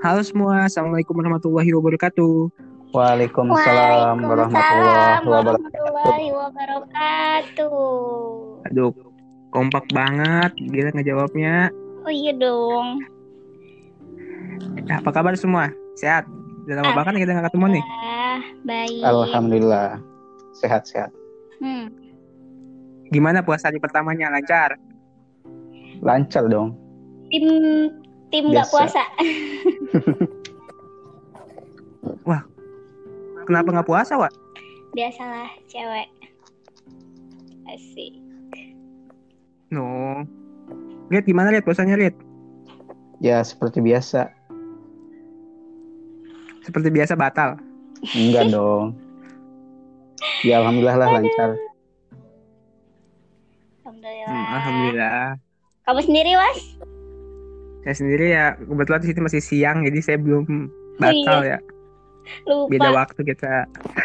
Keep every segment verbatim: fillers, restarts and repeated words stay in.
Halo semua, Assalamualaikum warahmatullahi wabarakatuh. Waalaikumsalam Waalaikumsalam warahmatullahi wabarakatuh. warahmatullahi wabarakatuh. Aduh, kompak banget, gila ngejawabnya. Oh iya dong. Nah, apa kabar semua? Sehat? Udah lama banget nih kita nggak ketemu nih. Ah, baik. Alhamdulillah, sehat-sehat. Hmm. Gimana puasa hari pertamanya? Lancar? Lancar dong. Tim tim nggak Biasa. puasa. Wah, kenapa nggak puasa, Wak? Biasalah cewek. Asik. No. Lihat gimana lihat puasanya lihat. Ya seperti biasa. Seperti biasa batal. Enggak dong. Ya alhamdulillah lah lancar. Alhamdulillah. Hmm, Alhamdulillah. Kamu sendiri, Was? Saya sendiri ya kebetulan di sini masih siang, jadi saya belum batal ya. Lupa. Beda waktu kita.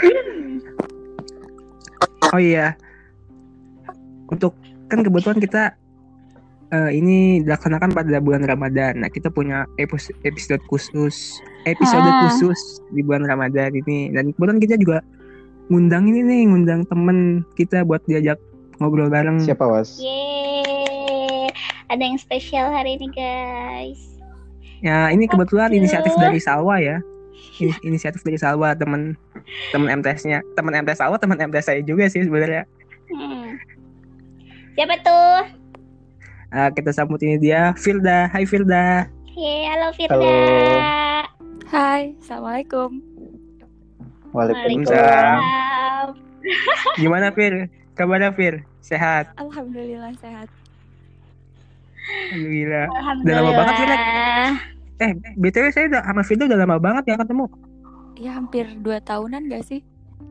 Oh iya. Untuk kan kebetulan kita uh, ini dilaksanakan pada bulan Ramadan. Nah, kita punya episode, episode khusus, episode Ah. khusus di bulan Ramadan ini. Dan kebetulan kita juga ngundang ini nih, ngundang temen kita buat diajak ngobrol bareng. Siapa was? Yeay. Ada yang spesial hari ini, guys. Ya, ini kebetulan Aduh. inisiatif dari Salwa ya. Ini inisiatif dari Salwa, temen temen M T S-nya, temen M T S Salwa, temen M T S saya juga sih sebenarnya. Hmm. Siapa tuh? Uh, kita sambut ini dia, Firda. Hai Firda. Yeay, halo Firda. Halo. Hai, Assalamualaikum. Waalaikumsalam. Waalaikumsalam. Gimana Fir? Kabarnya Fir? Sehat? Alhamdulillah sehat. Alhamdulillah. Udah Alhamdulillah. lama banget Firda. Eh, B T W saya udah sama Firda udah lama banget ya ketemu. Ya hampir dua tahunan gak sih?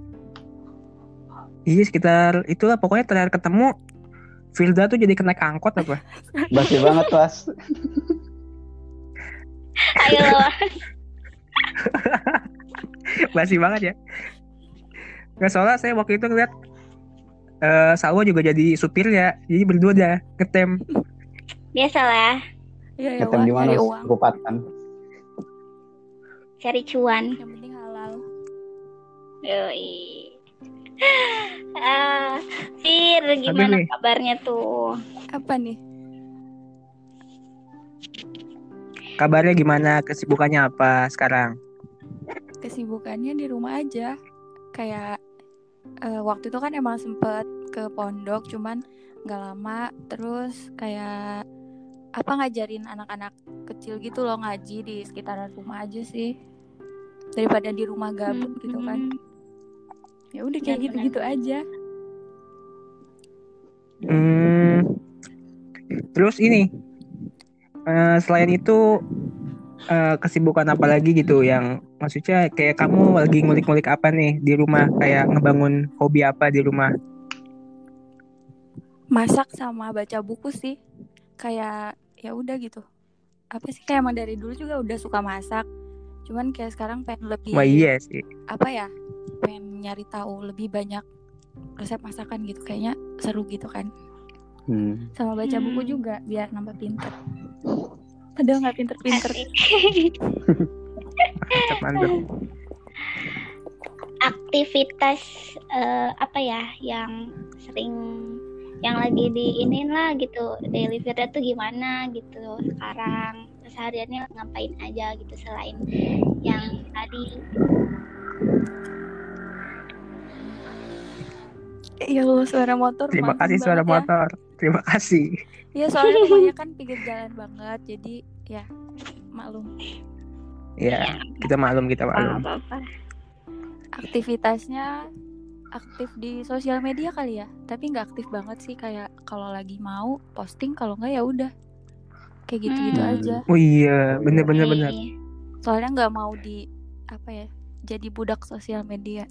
Iya sekitar itulah pokoknya terakhir ketemu Firda tuh jadi kena angkot apa? Basi banget was. Ayo. Basi banget ya. Nggak soalnya saya waktu itu ngeliat uh, Salwa juga jadi supir ya. Jadi berdua dah ngetem. Biasalah, Ya ya Ketemu wah, di mana? nyari Was? uang. Kupatan. cari cuan. Yang penting halal. Yoi. Ah, Fir, Tapi gimana nih, kabarnya tuh? Apa nih? kabarnya gimana? Kesibukannya apa sekarang? Kesibukannya di rumah aja. Kayak eh, waktu itu kan emang sempet ke pondok, cuman gak lama. Terus kayak apa ngajarin anak-anak kecil gitu loh ngaji di sekitaran rumah aja sih. Daripada di rumah gabut gitu kan. Ya udah kayak Benar-benar. gitu-gitu aja. Hmm, terus ini uh, selain itu uh, kesibukan apa lagi gitu yang maksudnya kayak kamu lagi ngulik-ngulik apa nih di rumah kayak ngebangun hobi apa di rumah? Masak sama baca buku sih. Kayak ya udah gitu. Apa sih kayak emang dari dulu juga udah suka masak. Cuman kayak sekarang pengen lebih Wah iya sih. apa ya? Pengen nyari tahu lebih banyak resep masakan gitu, kayaknya seru gitu kan. Hmm. Sama baca Hmm. buku juga biar nambah pinter. Padahal nggak pinter-pinter. Asik. Mantap mantap. Aktivitas eh, apa ya yang sering yang lagi diinin lah gitu. Daily Firda tuh gimana gitu sekarang? Sehariannya ngapain aja gitu selain yang tadi? Ya Allah, suara motor. Terima mantul kasih suara banget ya. motor. Terima kasih. Iya, soalnya rumahnya kan pinggir jalan banget, jadi ya maklum. Ya kita maklum kita maklum. Apa-apa. Aktivitasnya aktif di sosial media kali ya, tapi nggak aktif banget sih. Kayak kalau lagi mau posting, kalau nggak ya udah kayak gitu-gitu Hmm. aja. Oh iya bener-bener bener. Iya. Soalnya nggak mau di apa ya, jadi budak sosial media.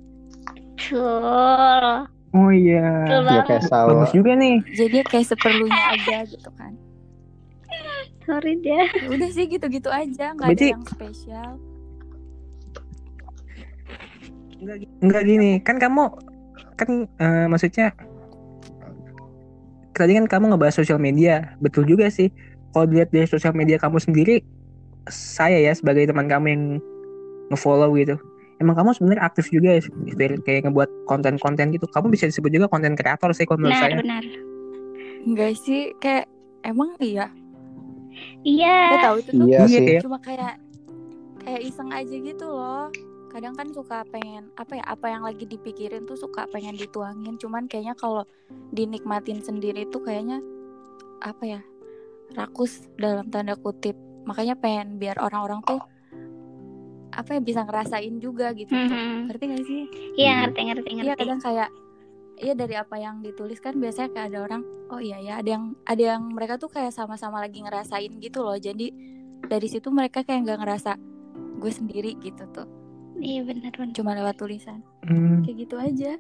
Betul. Oh iya. Betul Ya banget. kayak Salwa. Bagus juga nih. Jadi kayak seperlunya aja gitu kan. Sorry deh. Ya udah sih gitu-gitu aja, nggak ada Berarti- yang spesial. Enggak gini kan kamu kan eh, maksudnya tadi kan kamu ngebahas sosial media, betul juga sih. Kalau dilihat dari sosial media kamu sendiri saya ya sebagai teman kamu yang nge-follow gitu. Emang kamu sebenarnya aktif juga ya, Fir, kayak ngebuat konten-konten gitu. Kamu bisa disebut juga konten kreator sih kalau menurut Benar, saya. benar. Enggak sih, kayak emang iya. Iya. Gak tahu itu tuh Iya Iya sih. kayak cuma kayak kayak iseng aja gitu loh. Kadang kan suka pengen apa ya, apa yang lagi dipikirin tuh suka pengen dituangin. Cuman kayaknya kalau dinikmatin sendiri tuh kayaknya apa ya, rakus dalam tanda kutip. Makanya pengen biar orang-orang tuh apa ya bisa ngerasain juga gitu tuh. Mhm. Ngerti gak sih? Iya, Hmm. ngerti, ngerti, Iya, ngerti. kadang kayak iya dari apa yang ditulis kan biasanya kayak ada orang, oh iya ya, ada yang ada yang mereka tuh kayak sama-sama lagi ngerasain gitu loh. Jadi dari situ mereka kayak nggak ngerasa gue sendiri gitu tuh. Iya, benar, benar. Cuma lewat tulisan. hmm, Kayak gitu aja.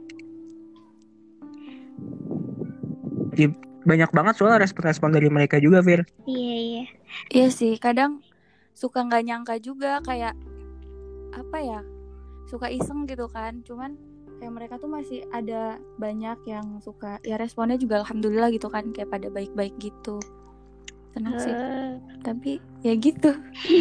ya, banyak banget soal respon-respon dari mereka juga, Fir. Iya, iya. Iya sih, kadang suka nggak nyangka juga kayak apa ya, suka iseng gitu kan. Cuman kayak mereka tuh masih ada banyak yang suka, ya responnya juga alhamdulillah gitu kan, kayak pada baik-baik gitu. Senang sih. Eh, Tapi ya gitu.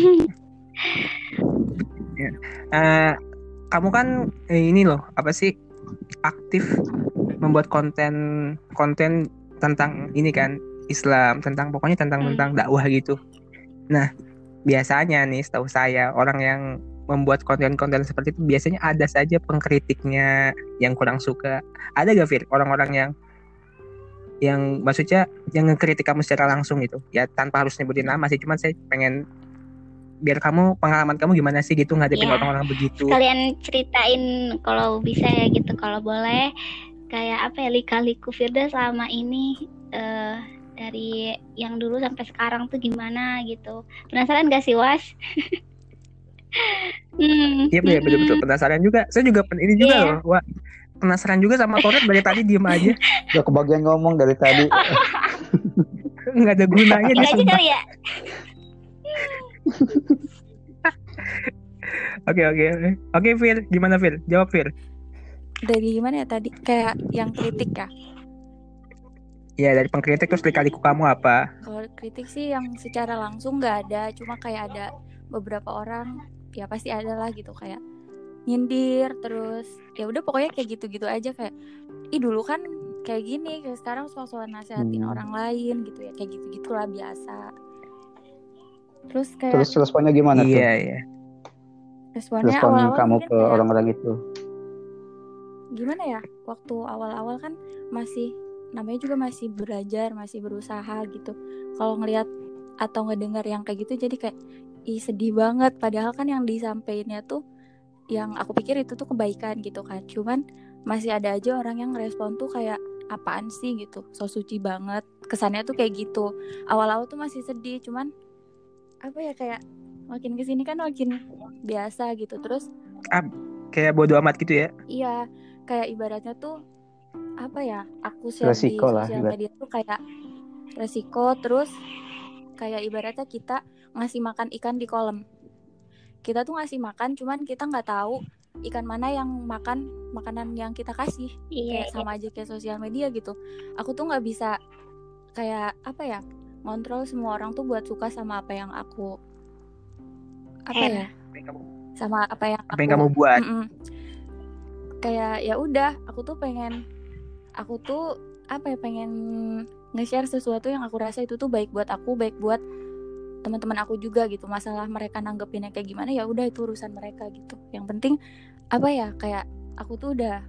Eh, kamu kan eh, ini loh, apa sih, aktif membuat konten konten tentang ini kan, Islam, tentang pokoknya tentang Hmm. tentang dakwah gitu. Nah, biasanya nih setahu saya orang yang membuat konten-konten seperti itu biasanya ada saja pengkritiknya yang kurang suka. Ada gak, Fir, orang-orang yang yang maksudnya yang ngekritik kamu secara langsung gitu? Ya tanpa harus nyebutin nama sih, cuman saya pengen biar kamu, pengalaman kamu gimana sih gitu ngadepin Iya. orang-orang begitu. Sekalian ceritain kalau bisa ya gitu, kalau boleh. Kayak apa ya, lika-liku Firda selama ini eh, dari yang dulu sampai sekarang tuh gimana gitu. Penasaran gak sih, Was? Hmm, Iya betul betul betul mm-mm. penasaran juga. Saya juga pen- ini juga Iya. loh. Wah, penasaran juga sama Toret dari tadi diem aja. Udah kebagian ngomong dari tadi. Nggak ada gunanya Tiga dia aja sumpah. kali ya. Oke oke oke. Oke Fir, gimana Fir? Jawab Fir. Dari gimana ya tadi? Kayak yang kritik ya. Ya dari pengkritik terus lika-liku kamu apa? Kalau kritik sih yang secara langsung nggak ada, cuma kayak ada beberapa orang, ya pasti ada lah gitu, kayak nyindir terus ya udah pokoknya kayak gitu-gitu aja, kayak ih dulu kan kayak gini, kayak sekarang soal-soal nasehatin Hmm. orang lain gitu ya, kayak gitu-gitulah biasa. Terus kayak Terus responnya gimana tuh? Iya iya. responnya Respon awal-awal kamu mungkin ke kayak orang-orang itu. gimana ya, waktu awal-awal kan masih namanya juga masih belajar, masih berusaha gitu. Kalau ngelihat atau ngedengar yang kayak gitu jadi kayak ih sedih banget, padahal kan yang disampaikannya tuh yang aku pikir itu tuh kebaikan gitu kan. Cuman masih ada aja orang yang ngerespon tuh kayak apaan sih gitu, so suci banget. Kesannya tuh kayak gitu. Awal-awal tuh masih sedih, cuman apa ya, kayak makin kesini kan makin biasa gitu. Terus Ah, kayak bodo amat gitu ya. iya, kayak ibaratnya tuh apa ya, aku share di Resiko lah, sosial ibarat. media tuh kayak resiko. Terus kayak ibaratnya kita ngasih makan ikan di kolam. Kita tuh ngasih makan, cuman kita nggak tahu ikan mana yang makan makanan yang kita kasih. Iya, Kayak sama aja kayak sosial media gitu. Aku tuh nggak bisa kayak apa ya, ngontrol semua orang tuh buat suka sama apa yang aku apa Share. ya, Apa yang kamu, sama apa yang apa yang aku kamu buat? Mm-mm. Kayak ya udah, aku tuh pengen aku tuh apa ya, pengen nge-share sesuatu yang aku rasa itu tuh baik buat aku, baik buat teman-teman aku juga gitu. Masalah mereka nanggepinnya kayak gimana ya udah itu urusan mereka gitu. Yang penting apa ya, kayak aku tuh udah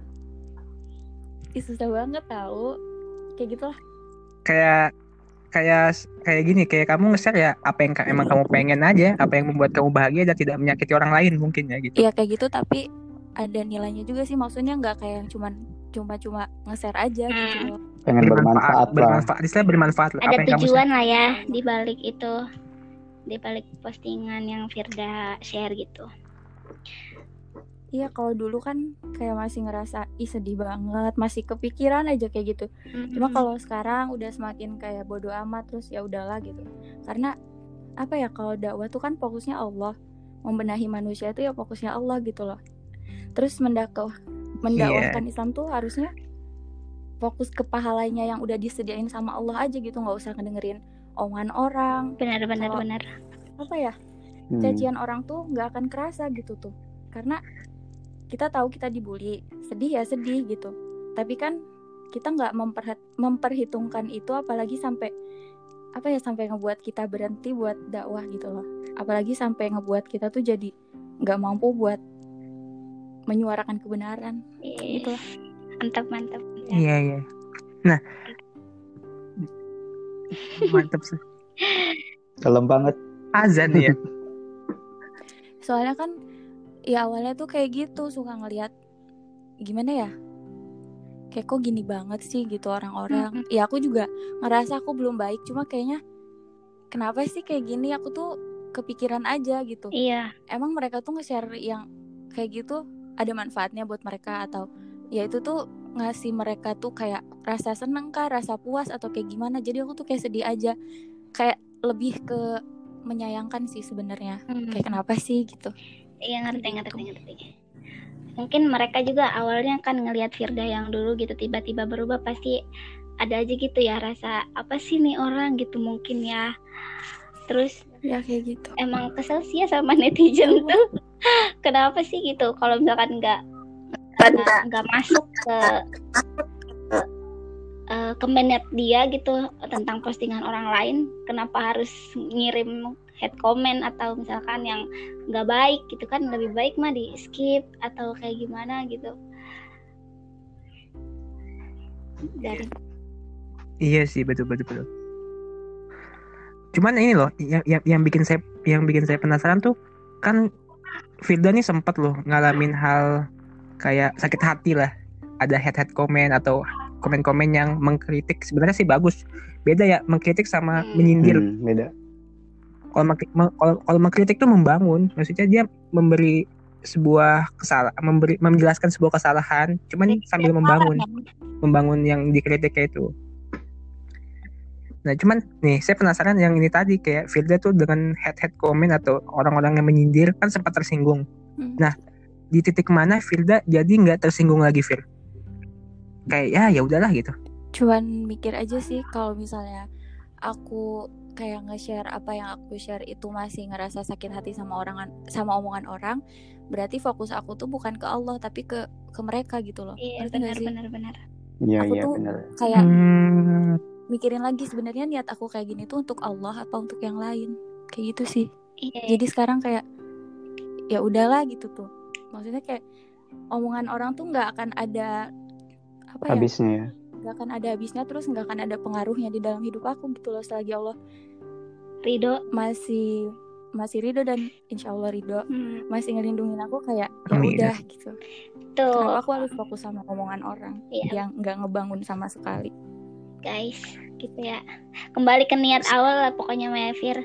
ih, susah banget tahu kayak gitulah. Kayak kayak kayak gini, kayak kamu nge-share ya apa yang ka- emang kamu pengen aja, apa yang membuat kamu bahagia dan tidak menyakiti orang lain mungkin ya gitu. Iya kayak gitu, tapi ada nilainya juga sih, maksudnya nggak kayak yang cuman cuma-cuma nge-share aja gitu Hmm. loh. Pengen bermanfaat lah. bermanfaat, istilah bermanfaat lah. Ada Apa yang kamu tujuan lah ya di balik itu, di balik postingan yang Firda share gitu. Iya, kalau dulu kan kayak masih ngerasa ih sedih banget, masih kepikiran aja kayak gitu. Cuma kalau sekarang udah semakin kayak bodo amat, terus ya udahlah gitu. Karena apa ya, kalau dakwah tuh kan fokusnya Allah, membenahi manusia itu ya fokusnya Allah gitu loh. Terus mendakwah mendakwahkan Islam tuh harusnya fokus ke pahalanya yang udah disediain sama Allah aja gitu, nggak usah ngedengerin omongan orang. Benar, benar, Kalau- benar. Apa ya? Hmm. cacian orang tuh nggak akan kerasa gitu tuh, karena kita tahu kita dibully, sedih ya sedih gitu, tapi kan kita nggak memperhat- memperhitungkan itu, apalagi sampai apa ya sampai ngebuat kita berhenti buat dakwah gitu loh, apalagi sampai ngebuat kita tuh jadi nggak mampu buat menyuarakan kebenaran. Yes. Gitu lah. Mantap, mantap. Iya, iya. Nah, mantap sih. Dalam banget. Azan ya. Soalnya kan ya awalnya tuh kayak gitu, suka ngelihat gimana ya, kayak kok gini banget sih gitu orang-orang. Mm-mm. Ya aku juga ngerasa aku belum baik, cuma kayaknya kenapa sih kayak gini, aku tuh kepikiran aja gitu. Iya. Emang mereka tuh nge-share yang kayak gitu ada manfaatnya buat mereka, atau ya itu tuh ngasih mereka tuh kayak rasa seneng kah, rasa puas, atau kayak gimana. Jadi aku tuh kayak sedih aja, kayak lebih ke menyayangkan sih sebenarnya. Hmm. Kayak kenapa sih gitu. Iya, ngerti, Gitu. ngerti, ngerti. Mungkin mereka juga awalnya kan ngelihat Firda yang dulu gitu tiba-tiba berubah, pasti ada aja gitu ya rasa apa sih nih orang gitu mungkin ya. Terus Ya kayak gitu. emang kesel sih ya sama netizen tuh. Kenapa sih gitu kalau misalkan nggak nggak nggak masuk ke uh, ke menit dia gitu tentang postingan orang lain, kenapa harus ngirim head comment atau misalkan yang nggak baik gitu kan, lebih baik mah di skip atau kayak gimana gitu. Dari Iya sih, betul betul betul. Cuman ini loh yang yang, yang bikin saya yang bikin saya penasaran tuh kan Firda nih sempat loh ngalamin hal kayak sakit hati lah. Ada head-head comment atau komen-komen yang mengkritik, sebenarnya sih bagus. Beda ya mengkritik sama Hmm. menyindir. Hmm, beda. Kalau mengkritik, kalau, kalau mengkritik tuh membangun, maksudnya dia memberi sebuah kesalahan, memberi menjelaskan sebuah kesalahan, cuman sambil membangun, membangun yang dikritiknya itu. Nah, cuman nih saya penasaran yang ini tadi kayak Firda tuh dengan head-head comment atau orang-orang yang menyindir kan sempat tersinggung. Hmm. Nah, di titik mana Firda jadi nggak tersinggung lagi, Fir? Kayak ya ya udahlah gitu. Cuman mikir aja sih kalau misalnya aku kayak nge-share apa yang aku share itu masih ngerasa sakit hati sama orang sama omongan orang, berarti fokus aku tuh bukan ke Allah tapi ke ke mereka gitu loh. iya Ngerti nggak benar sih? benar benar. Iya, Aku iya tuh benar. kayak Hmm, mikirin lagi sebenarnya niat aku kayak gini tuh untuk Allah apa untuk yang lain. Kayak gitu sih. Iya. Jadi sekarang kayak ya udahlah gitu tuh. Maksudnya kayak omongan orang tuh nggak akan ada apa ya? Habisnya ya. Nggak akan ada habisnya, terus nggak akan ada pengaruhnya di dalam hidup aku gitu loh, selagi Allah Ridho. masih masih ridho dan insya Allah ridho Hmm. masih ngelindungin aku, kayak ya Amin. udah gitu. Tuh Kenapa aku harus fokus sama omongan orang Iya. yang nggak ngebangun sama sekali? guys gitu ya. Kembali ke niat awal lah pokoknya Maya Fir.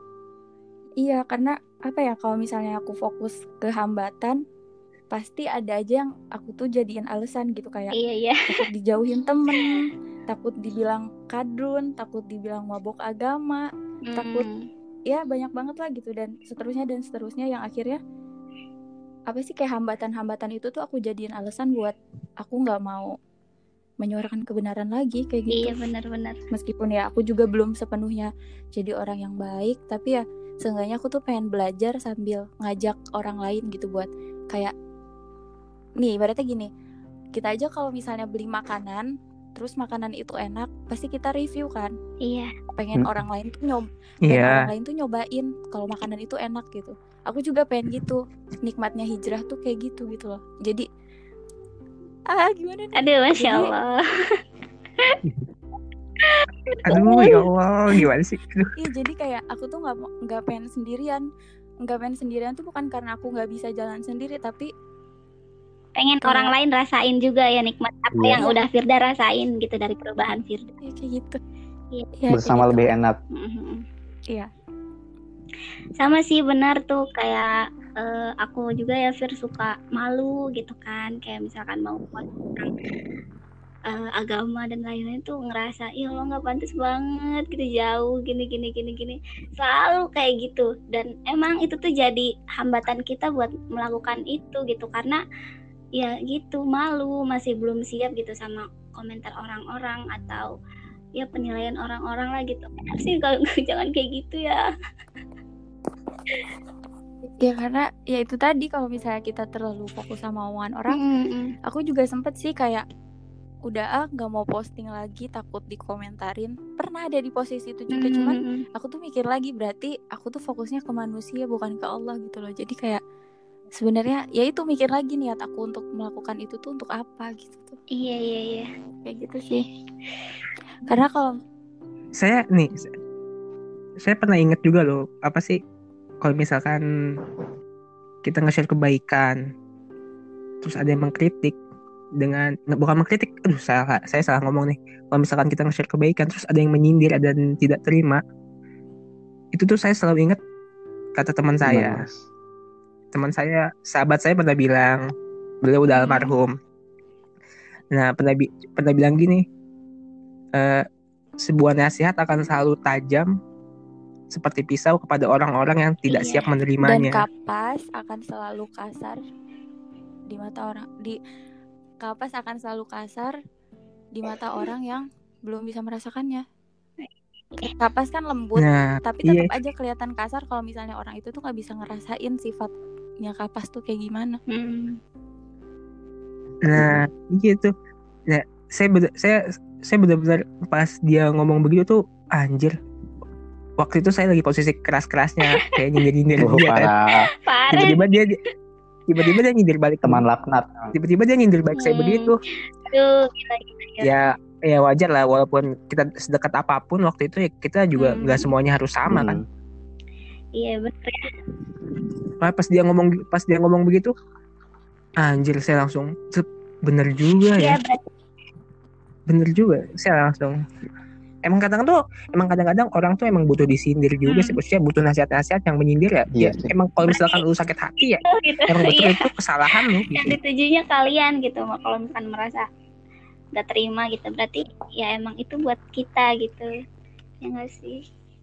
Iya, karena apa ya, kalau misalnya aku fokus ke hambatan, pasti ada aja yang aku tuh jadiin alasan gitu, kayak Iya iya. takut dijauhin temen, takut dibilang kadrun, takut dibilang mabok agama, takut Hmm. ya banyak banget lah gitu, dan seterusnya dan seterusnya, yang akhirnya apa sih kayak hambatan-hambatan itu tuh aku jadiin alasan buat aku nggak mau menyuarakan kebenaran lagi kayak gitu. Iya benar-benar. Meskipun ya aku juga belum sepenuhnya jadi orang yang baik, tapi ya seenggaknya aku tuh pengen belajar sambil ngajak orang lain gitu, buat kayak nih ibaratnya gini, kita aja kalau misalnya beli makanan terus makanan itu enak, pasti kita review kan, Iya. pengen Hmm. orang lain tuh nyob pengen Iya. orang lain tuh nyobain kalau makanan itu enak gitu. Aku juga pengen gitu, nikmatnya hijrah tuh kayak gitu gitu loh. Jadi ah gimana nih? Aduh masya Jadi- Allah. Aduh ya Allah, gimana sih? Aduh. Iya, jadi kayak aku tuh nggak mau- nggak pengen sendirian, nggak pengen sendirian tuh bukan karena aku nggak bisa jalan sendiri, tapi Pengen Kayak- orang lain rasain juga ya nikmat apa Iya. yang udah Firda rasain gitu dari perubahan Firda. ya kayak gitu. Iya. Ya, Bersama kayak gitu. lebih enak. Mhm. Iya. Sama sih benar tuh kayak eh, aku juga ya Fir suka malu gitu kan, kayak misalkan mau post tentang eh, agama dan lain-lain tuh ngerasa ih lo nggak pantas banget gitu, jauh gini gini gini gini, selalu kayak gitu. Dan emang itu tuh jadi hambatan kita buat melakukan itu gitu, karena ya gitu malu, masih belum siap gitu sama komentar orang-orang atau ya penilaian orang-orang lah gitu. Benar sih kalau jangan kayak gitu ya. Ya karena ya itu tadi, kalau misalnya kita terlalu fokus sama omongan orang, Mm-mm. aku juga sempet sih kayak udah ah nggak mau posting lagi, takut dikomentarin. Pernah ada di posisi itu juga, cuman Mm-mm. aku tuh mikir lagi, berarti aku tuh fokusnya ke manusia bukan ke Allah gitu loh. Jadi kayak sebenarnya ya itu, mikir lagi niat aku untuk melakukan itu tuh untuk apa gitu tuh. Iya iya iya. Kayak gitu sih. Karena kalau Saya nih, saya pernah inget juga loh, apa sih, kalau misalkan kita nge-share kebaikan, terus ada yang mengkritik dengan, nggak, bukan mengkritik, aduh salah, saya salah ngomong nih. Kalau misalkan kita nge-share kebaikan, terus ada yang menyindir, ada yang tidak terima, itu tuh saya selalu ingat kata teman Gimana, saya. Mas? Teman saya, sahabat saya pernah bilang, beliau udah Hmm. almarhum. Nah, pernah bi- pernah bilang gini, eh, sebuah nasihat akan selalu tajam seperti pisau kepada orang-orang yang tidak Iya. siap dan menerimanya. kapas akan selalu kasar di mata orang di kapas akan selalu kasar di mata orang yang belum bisa merasakannya. Kapas kan lembut, Nah, tapi iya. tetap aja kelihatan kasar kalau misalnya orang itu tuh nggak bisa ngerasain sifatnya kapas tuh kayak gimana. Mm. Nah, gitu. Nah, saya bener, saya saya benar-benar pas dia ngomong begitu tuh, anjir. Waktu itu saya lagi posisi keras-kerasnya, kayak nyindir-nyindir Oh, dia kan. parah. Parah. Tiba-tiba dia tiba-tiba dia nyindir balik Teman laknat. tiba-tiba dia nyindir balik saya Hmm. begitu. Aduh, gila gila. gila. Ya, ya wajar lah, walaupun kita sedekat apapun waktu itu, ya kita juga Hmm. nggak semuanya harus sama kan. Hmm. Iya betul. Nah, pas dia ngomong pas dia ngomong begitu, anjir, saya langsung "Cep, bener juga Iya ya, berarti. bener juga." Saya langsung, emang kadang tuh emang kadang-kadang orang tuh emang butuh disindir juga sih, Hmm. maksudnya butuh nasihat-nasihat yang menyindir ya. Iya Ya sih. emang kalau misalkan lu sakit hati ya gitu. emang betul Iya. itu kesalahan lu Yang gitu. ditujunya kalian gitu. Kalau misalkan merasa nggak terima gitu, berarti ya emang itu buat kita gitu. Ya nggak sih?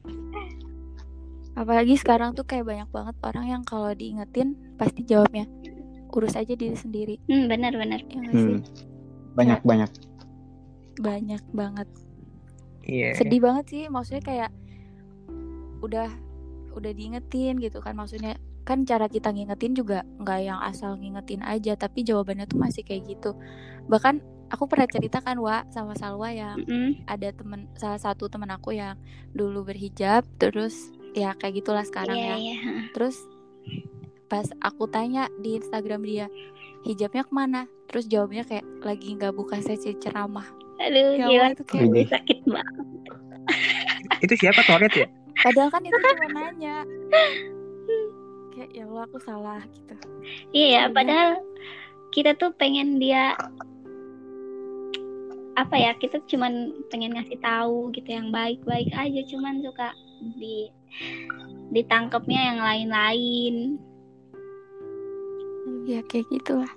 Apalagi sekarang tuh kayak banyak banget orang yang kalau diingetin pasti jawabnya urus aja diri sendiri. Hmm, benar-benar. Ya nggak sih? Hmm. Banyak-banyak. Banyak banget. Iya. Sedih banget sih, maksudnya kayak udah udah diingetin gitu kan, maksudnya kan cara kita ngingetin juga nggak yang asal ngingetin aja, tapi jawabannya tuh masih kayak gitu. Bahkan aku pernah cerita kan Wa sama Salwa yang Mm-mm. ada temen, salah satu temen aku yang dulu berhijab, terus ya kayak gitulah sekarang Iya ya. iya. Terus pas aku tanya di Instagram dia, hijabnya kemana? Terus jawabnya kayak lagi nggak buka sesi ceramah. Aduh, Ya gila. Allah, itu kayak Widih. Sakit banget. Itu siapa, Toret ya? padahal kan itu cuma nanya. Kayak ya Allah, aku salah gitu. Iya, Iya. padahal kita tuh pengen dia apa ya? Kita cuman pengen ngasih tahu gitu yang baik-baik aja, cuman suka di ditangkapnya yang lain-lain. Ya kayak gitulah.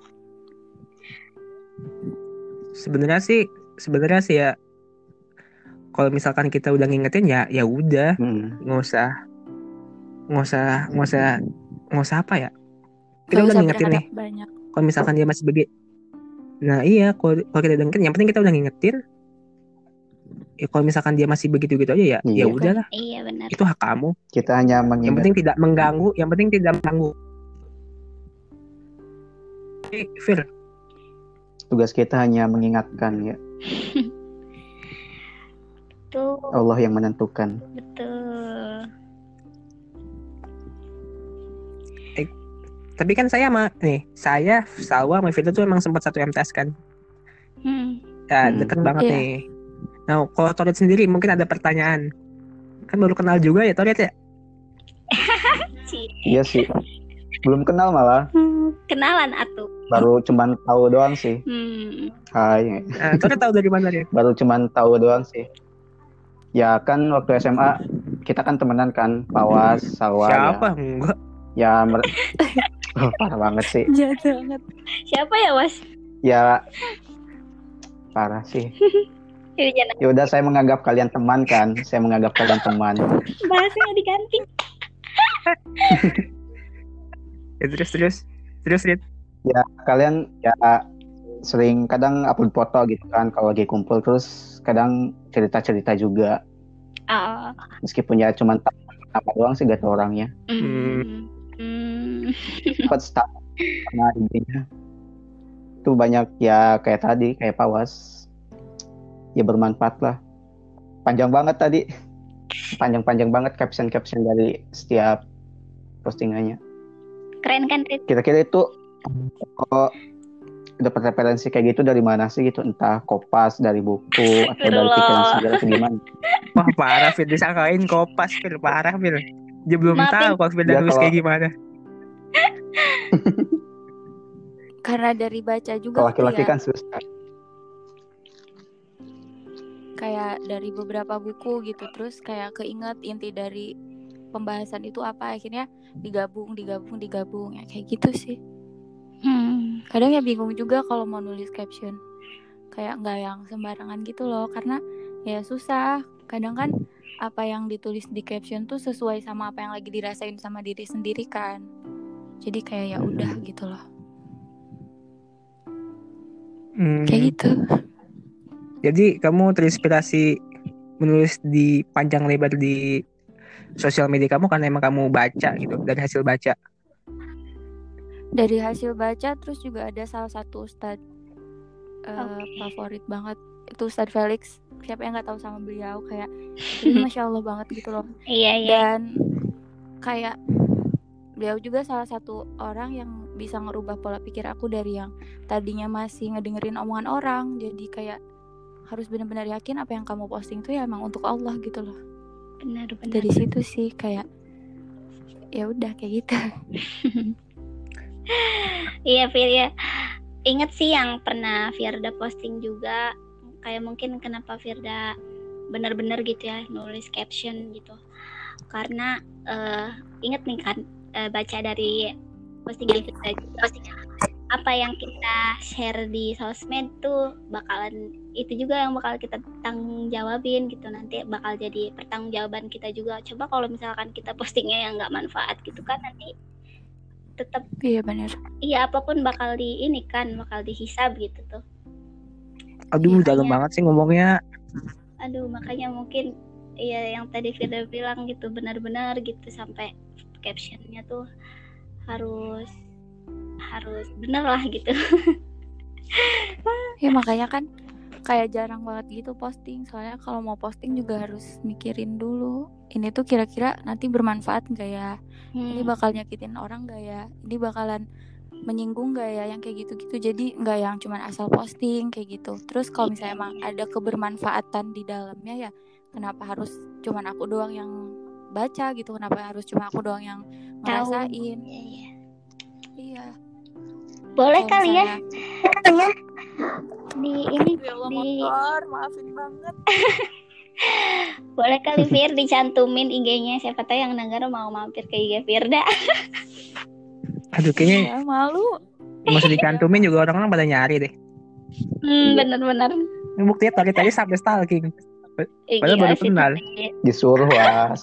Sebenarnya sih sebenarnya sih ya, kalau misalkan kita udah ngingetin ya ya udah, Hmm. nggak usah nggak usah nggak usah nggak usah apa ya, kita Gak udah usah ngingetin nih. berharap banyak. Kalau misalkan dia masih begitu, nah iya, kalau kalau kita udah ngingetin, yang penting kita udah ngingetin. Ya kalau misalkan dia masih begitu-begitu aja ya ya Iya. udahlah, Iya benar. itu hak kamu. Kita hanya Yang mengingat. penting tidak mengganggu, yang penting tidak mengganggu. Eh, Fir, Tugas kita hanya mengingatkan ya. Tuh Allah yang menentukan. betul. tapi kan saya sama nih, saya Salwa sama Firda tuh emang sempat satu M T S kan. Hmm. Ya, Hmm. deket banget Iya. nih. Nah, kalau Toret sendiri mungkin ada pertanyaan. Kan baru kenal juga ya Toret ya? Ci. Iya sih. Belum kenal malah. Hmm, kenalan atuh. Baru cuman tahu doang sih. Hmm. Hai. Nah, Toret tahu dari mana dia? Baru cuman tahu doang sih. Ya kan waktu S M A kita kan temenan kan, Pawas, Salwa. Siapa? Enggak. Ya, ya mer- oh, parah banget sih. Jahat banget. Siapa ya, Was? Ya parah sih. Jadi jangan Ya udah, saya menganggap kalian teman kan. Saya menganggap kalian teman. bahasnya diganti. Ya, terus terus terus Rit. Ya kalian ya sering kadang upload foto gitu kan kalau lagi kumpul, terus kadang cerita-cerita juga Oh. meskipun ya cuman nama doang sih gak tau orangnya. Hmm. Hmm. Dapat start sama idenya. Itu banyak ya kayak tadi, kayak Pawas. Ya bermanfaat lah. Panjang banget tadi. Panjang-panjang banget caption-caption dari setiap postingannya. Keren kan, Rit? Kira-kira itu kok dapat referensi kayak gitu dari mana sih gitu? Entah Kopas, dari buku, atau dari Astagfirullah. pikiran sendiri atau gimana? Wah parah Fir, disangkain Kopas Fir, parah Fir. Dia belum Maafin. tahu kalau Firda Ya, nulis kalau- kayak gimana. Karena dari baca juga Kalau kali laki-laki ya, kan susah. kayak dari beberapa buku gitu, terus kayak keinget inti dari pembahasan itu apa, akhirnya digabung digabung digabung ya kayak gitu sih. Hmm. Kadang ya bingung juga kalau mau nulis caption, kayak nggak yang sembarangan gitu loh, karena ya susah. Kadang kan apa yang ditulis di caption tuh sesuai sama apa yang lagi dirasain sama diri sendiri kan, jadi kayak ya udah gitu loh, Hmm, kayak gitu. Jadi kamu terinspirasi menulis di panjang lebar di sosial media kamu karena emang kamu baca gitu, dari hasil baca. Dari hasil baca, terus juga ada salah satu ustadz uh, Oke. favorit banget, itu Ustadz Felix. Siapa yang nggak tahu sama beliau, kayak ini masya Allah banget gitu loh. Iya, iya. Dan kayak beliau juga salah satu orang yang bisa ngerubah pola pikir aku dari yang tadinya masih ngedengerin omongan orang, jadi kayak harus benar-benar yakin apa yang kamu posting tuh ya emang untuk Allah gitu loh. Benar, benar. Dari situ sih kayak ya udah kayak gitu. Iya, Fir ya. Ingat sih yang pernah Firda posting juga, kayak mungkin kenapa Firda benar-benar gitu ya nulis caption gitu. Karena eh, ingat nih kan eh, baca dari postingan Firda, postingan apa yang kita share di sosmed tuh bakalan itu juga yang bakal kita tanggung jawabin gitu, nanti bakal jadi pertanggungjawaban kita juga. Coba kalau misalkan kita postingnya yang nggak manfaat gitu kan, nanti tetap Iya benar. iya apapun bakal di ini kan bakal dihisab gitu tuh. Aduh, Makanya- dalam banget sih ngomongnya. Aduh, makanya mungkin iya yang tadi Firda bilang gitu, benar-benar gitu sampai captionnya tuh harus harus bener lah gitu. Ya makanya kan kayak jarang banget gitu posting, soalnya kalau mau posting juga harus mikirin dulu, ini tuh kira-kira nanti bermanfaat nggak ya, ini Hmm. bakal nyakitin orang nggak ya, ini bakalan menyinggung nggak ya, yang kayak gitu-gitu. Jadi nggak yang cuman asal posting kayak gitu. Terus kalau misalnya emang ada kebermanfaatan di dalamnya ya kenapa harus cuman aku doang yang baca gitu, kenapa harus cuma aku doang yang ngerasain. Iya, iya. Iya. Boleh Kalau kali ya misalnya- di ini Ya Allah, di motor, maafin banget. boleh kali Fir dicantumin I G-nya, siapa tahu yang denger mau mampir ke I G Firda. Aduh, kayaknya Ya, malu. masih dicantumin juga orang-orang pada nyari deh. Hmm, bener-bener. Ini buktinya tadi-tadi sampai stalking. Ih, Padahal gila baru sih, kenal. tapi- Disuruh was.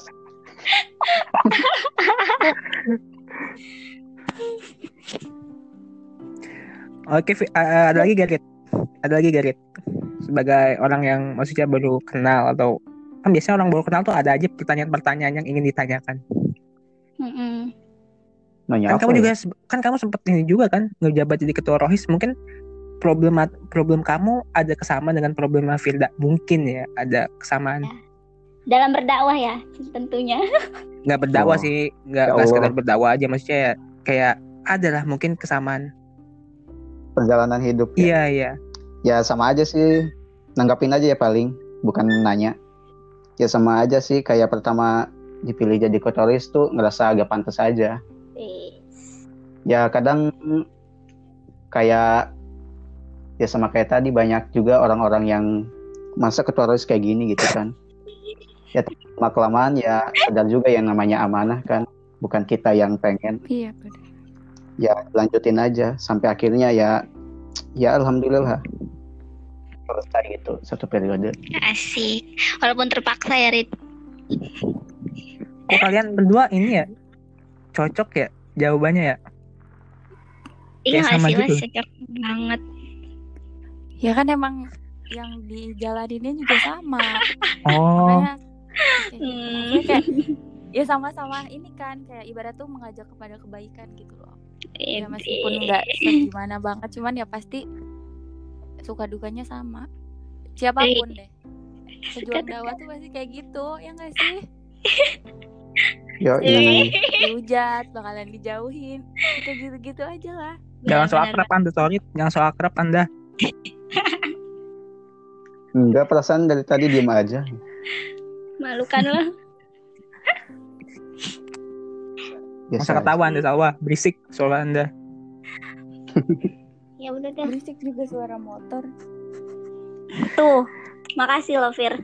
Oke, Vi- uh, ada lagi Garit. Ada lagi Garit. Sebagai orang yang maksudnya baru kenal atau kan biasanya orang baru kenal tuh ada aja pertanyaan-pertanyaan yang ingin ditanyakan. Mm-mm. Nanya Kan apa kamu ya? juga kan kamu sempet ini juga kan ngejabat jadi ketua Rohis, mungkin problem problem kamu ada kesamaan dengan problem Firda, mungkin ya ada kesamaan. Dalam berdakwah ya tentunya. Nggak berdakwah Oh. sih, nggak Ya nggak Allah. sekedar berdakwah aja, maksudnya ya, kayak ada lah mungkin kesamaan. Perjalanan hidup ya. Iya iya. Ya sama aja sih. Nanggapin aja ya paling. Bukan nanya. Ya sama aja sih. Kayak pertama dipilih jadi kotoris tuh ngerasa agak pantas aja. Eh, Ya kadang kayak ya sama kayak tadi banyak juga orang-orang yang masa ketua Rohis kayak gini gitu kan. Ya lama kelamaan ya sadar juga yang namanya amanah kan. Bukan kita yang pengen. Iya benar. Ya lanjutin aja sampai akhirnya ya ya alhamdulillah selesai gitu satu periode. asik. Walaupun terpaksa ya Rit. Kok kalian berdua ini ya cocok ya jawabannya ya? Iya Kayak sama nggak sih gitu. Mas, cocok banget. Ya kan emang yang dijalaninnya juga sama. Oh, Makanya kayak gitu. Maksudnya kayak Ya sama-sama ini kan kayak ibarat tuh mengajak kepada kebaikan gitu loh. Ya Ede. meskipun nggak segimana banget, cuman ya pasti suka dukanya sama. Siapapun deh. Pejuang dakwah tuh pasti kayak gitu, ya nggak sih? Yo, Ih. Dihujat, bakalan dijauhin, kayak gitu-gitu aja lah. Jangan so Benar, akrab Anda, sorry. Jangan so akrab Anda. enggak, perasaan dari tadi diem aja. Malukan loh. Masa Biasa. ketawa Anda sawah, berisik suara Anda. Ya udah dah. Berisik juga suara motor. Tuh. Makasih loh Fir.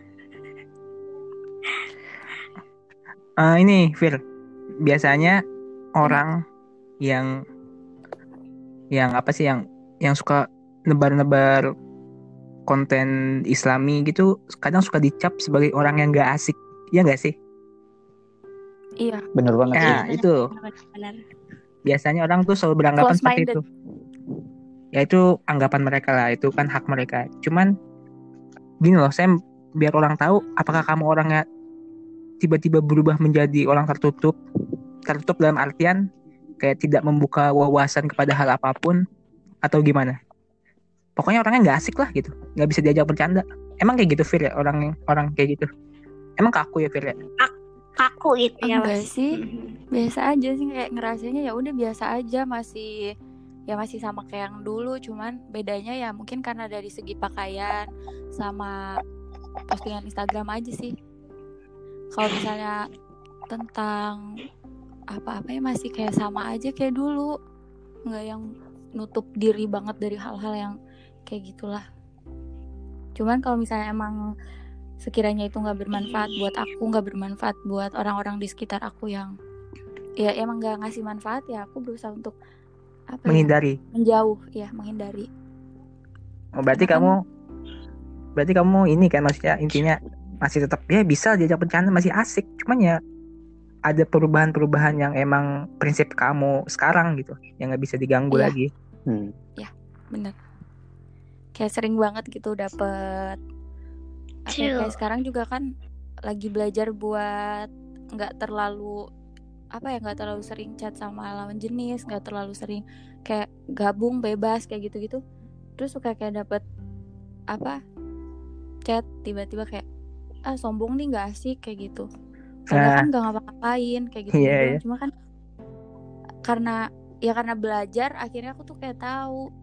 Ah, ini Fir, biasanya orang yang yang apa sih yang yang suka nebar-nebar konten Islami gitu kadang suka dicap sebagai orang yang gak asik, ya gak sih? Iya. Bener banget sih. Nah, itu Benar. biasanya orang tuh selalu beranggapan Close seperti minded. itu. Ya itu anggapan mereka lah, itu kan hak mereka. Cuman gini loh, saya biar orang tahu apakah kamu orangnya tiba-tiba berubah menjadi orang tertutup, tertutup dalam artian kayak tidak membuka wawasan kepada hal apapun atau gimana? Pokoknya orangnya nggak asik lah gitu, nggak bisa diajak bercanda. Emang kayak gitu Fir ya, orang orang kayak gitu. Emang kaku ya Fir ya? Kaku gitu ya Enggak Mas. sih, Mhm. biasa aja sih, kayak ngerasanya ya udah biasa aja, masih ya masih sama kayak yang dulu, cuman bedanya ya mungkin karena dari segi pakaian sama postingan Instagram aja sih. Kalau misalnya tentang apa-apa ya masih kayak sama aja kayak dulu, nggak yang nutup diri banget dari hal-hal yang kayak gitulah. Cuman kalau misalnya emang sekiranya itu nggak bermanfaat buat aku, nggak bermanfaat buat orang-orang di sekitar aku yang ya emang nggak ngasih manfaat, ya aku berusaha untuk apa Menghindari. ya, menjauh ya, menghindari. Oh, berarti Karena kamu kan- berarti kamu ini kan maksudnya intinya masih tetap ya bisa diajak bercanda, masih asik. Cuman ya ada perubahan-perubahan yang emang prinsip kamu sekarang gitu, yang nggak bisa diganggu Iya. lagi. Hmm. bener, kayak sering banget gitu dapet apa ya, Chill. kayak sekarang juga kan lagi belajar buat nggak terlalu apa ya nggak terlalu sering chat sama lawan jenis, nggak terlalu sering kayak gabung bebas kayak gitu-gitu. Terus suka kayak dapet apa chat tiba-tiba kayak ah sombong nih, nggak asik kayak gitu, padahal Nah. kan nggak ngapa-ngapain kayak gitu. Iya, doang. iya. Cuma kan karena ya karena belajar akhirnya aku tuh kayak tahu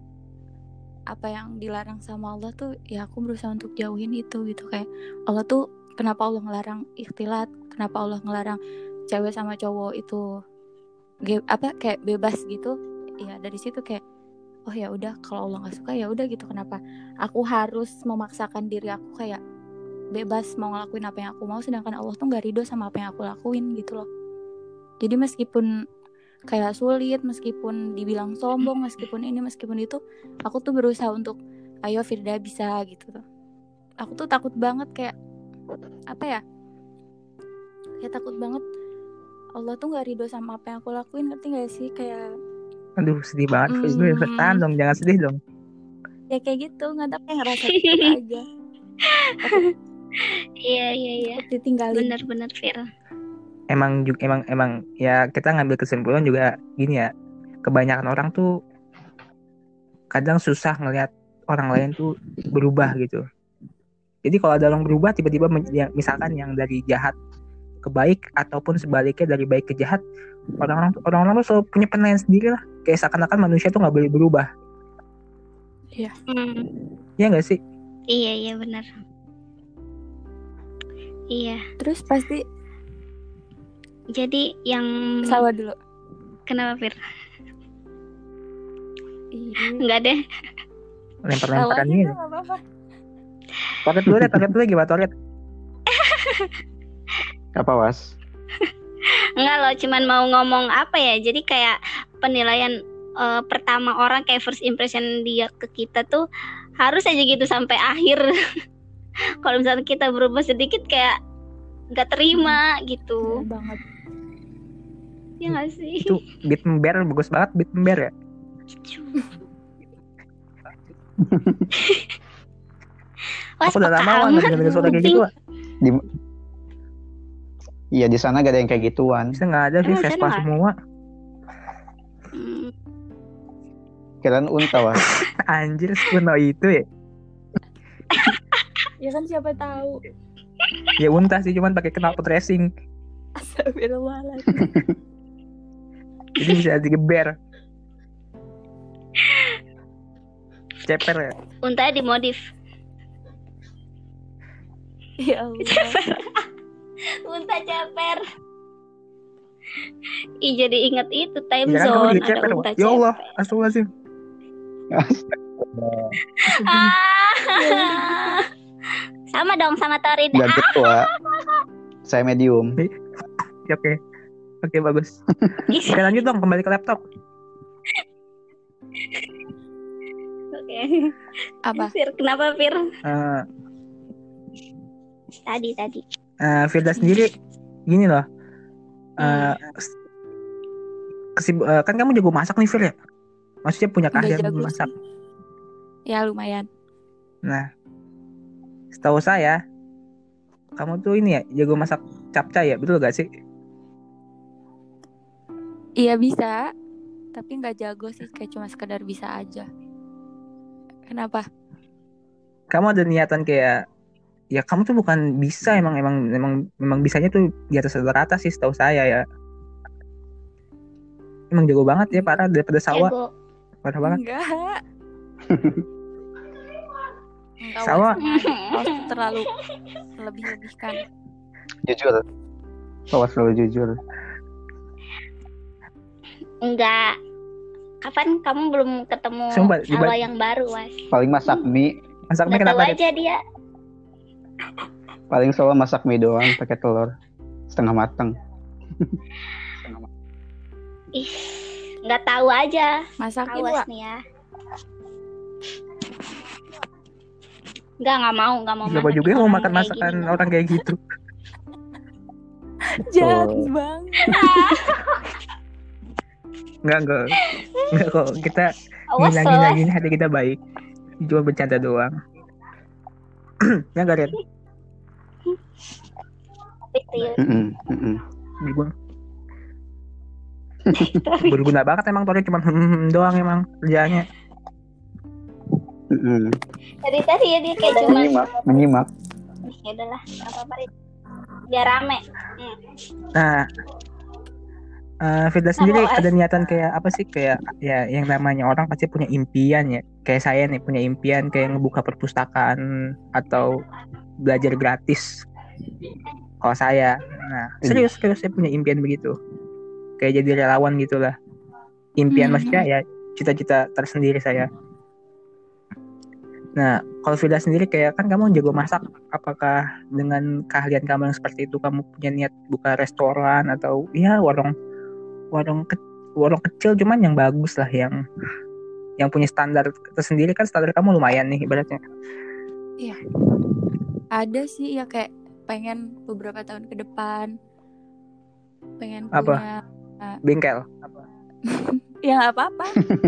apa yang dilarang sama Allah tuh, ya aku berusaha untuk jauhin itu gitu. Kayak Allah tuh kenapa Allah ngelarang ikhtilat, kenapa Allah ngelarang cewek sama cowok itu ge- apa kayak bebas gitu. Ya dari situ kayak oh ya udah, kalau Allah nggak suka ya udah gitu, kenapa aku harus memaksakan diri aku kayak bebas mau ngelakuin apa yang aku mau, sedangkan Allah tuh nggak ridho sama apa yang aku lakuin gitu loh. Jadi meskipun kayak sulit, meskipun dibilang sombong, meskipun ini meskipun itu, aku tuh berusaha untuk ayo Firda bisa gitu tuh. Aku tuh takut banget kayak apa ya, kayak takut banget Allah tuh nggak ridho sama apa yang aku lakuin, ngerti gak sih? Kayak Aduh sedih banget Fir. Hmm. Gue tahan dong, jangan sedih dong. ya kayak gitu, nggak tahu, kayak ngerasa takut aja, takut, Iya iya iya. takut ditinggalin. Benar-benar Fir. Emang juga emang emang ya kita ngambil kesimpulan juga gini ya, kebanyakan orang tuh kadang susah ngelihat orang lain tuh berubah gitu. Jadi kalau ada orang berubah tiba-tiba men- ya, misalkan yang dari jahat ke baik ataupun sebaliknya dari baik ke jahat, orang-orang orang-orang tuh selalu punya penilaian sendiri lah. Kayak seakan-akan manusia tuh nggak boleh berubah. Hmm. Ya nggak sih? Iya iya benar. Iya. Terus pasti Jadi yang sawa dulu. kenapa Fir? Ih, Enggak deh. sawa Lempar-lemparan aja ini. nggak apa-apa. Toret dulu deh, toret dulu gimana toret? Apa was? Enggak loh, cuman mau ngomong apa ya. Jadi kayak penilaian eh, pertama orang kayak first impression dia ke kita tuh harus aja gitu sampai akhir. Kalau misalnya kita berubah sedikit kayak nggak terima gitu. Bener banget. Ya nggak sih? Itu beat member bagus banget, beat member ya. Was, Aku udah peka lama Wan amat. nggak dengerin suara kayak gitu. Wan. Di Iya di sana gak ada yang kayak gituan. Bisa nggak ada sih Emang sana Vespa nggak? semua. Hmm, Kirain unta wah. Anjir sekuno itu ya. Ya kan siapa tahu. Ya unta sih cuman pakai knalpot racing. Astagfirullahaladzim. Jadi bisa digeber. Ceper ya. unta dimodif. Ya Allah. Unta ceper. Ih, jadi inget itu time Ya kan kamu zone juga ada ceper. unta Wak. Ya Allah, ceper. astagfirullahaladzim. Ah. Sama dong sama Torid. Ah, Ganti tua. Saya medium. Ya, Oke. Oke bagus. Oke lanjut dong kembali ke laptop. Oke. Apa? Fir, kenapa Fir? Eh, Tadi tadi. eh, Firda sendiri gini loh. Eh, s- kesib- eh, kan kamu jago masak nih Fir ya. Maksudnya punya Nggak keahlian jago masak. sih. Ya lumayan. Nah, setahu saya kamu tuh ini ya jago masak capcay ya, betul gak sih? Iya bisa, tapi nggak jago sih, kayak cuma sekedar bisa aja. Kenapa? Kamu ada niatan kayak ya kamu tuh bukan bisa emang emang emang memang bisanya tuh di atas rata sih setahu saya ya. Emang jago banget ya parah daripada sawah. Jago. Parah banget. Enggak. Enggak, Sama. Was. Was tuh terlalu lebih-lebihkan. Jujur. Awas selalu jujur. Enggak. Kapan kamu belum ketemu Sumpah, di sawah ba- yang baru, Was? Paling masak mie. Masak mie Nggak tahu kenapa? Dit? aja dia. Paling selalu masak mie doang pakai telur setengah matang. Ih, nggak tahu aja. Masakin Awas Wak. nih ya. Enggak, nggak mau, nggak mau Siapa masakin juga yang mau orang makan kayak masakan gini, orang kayak gitu. Jahat Oh. banget. Enggak enggak. Enggak kok kita Awas ngilangin loh. lagi nih hati kita baik. Cuma bercanda doang. Ya enggak Ren? Tapi serius. Mm-mm, mm-mm. Berguna. Berguna banget emang Tori cuma hmm doang emang kerjaannya. Mm-mm. Dari tadi ya dia kayak cuma Menyimak, menyimak. ya udahlah, nggak apa-apa Rit. Biar rame. Hmm. Nah, eh Firda sendiri Sama, Mas. ada niatan kayak apa sih kayak ya yang namanya orang pasti punya impian ya. Kayak saya nih punya impian kayak ngebuka perpustakaan atau belajar gratis. Kalau saya, nah serius serius saya punya impian begitu. Kayak jadi relawan gitulah. Impian Hmm. maksudnya ya cita-cita tersendiri saya. Nah, kalau Firda sendiri kayak kan kamu jago masak, apakah dengan keahlian kamu yang seperti itu kamu punya niat buka restoran atau ya warung warung ke, warung kecil cuman yang bagus lah yang yang punya standar tersendiri kan standar kamu lumayan nih ibaratnya. Ada sih ya kayak pengen beberapa tahun ke depan pengen Apa? punya Bengkel. ya nggak apa-apa.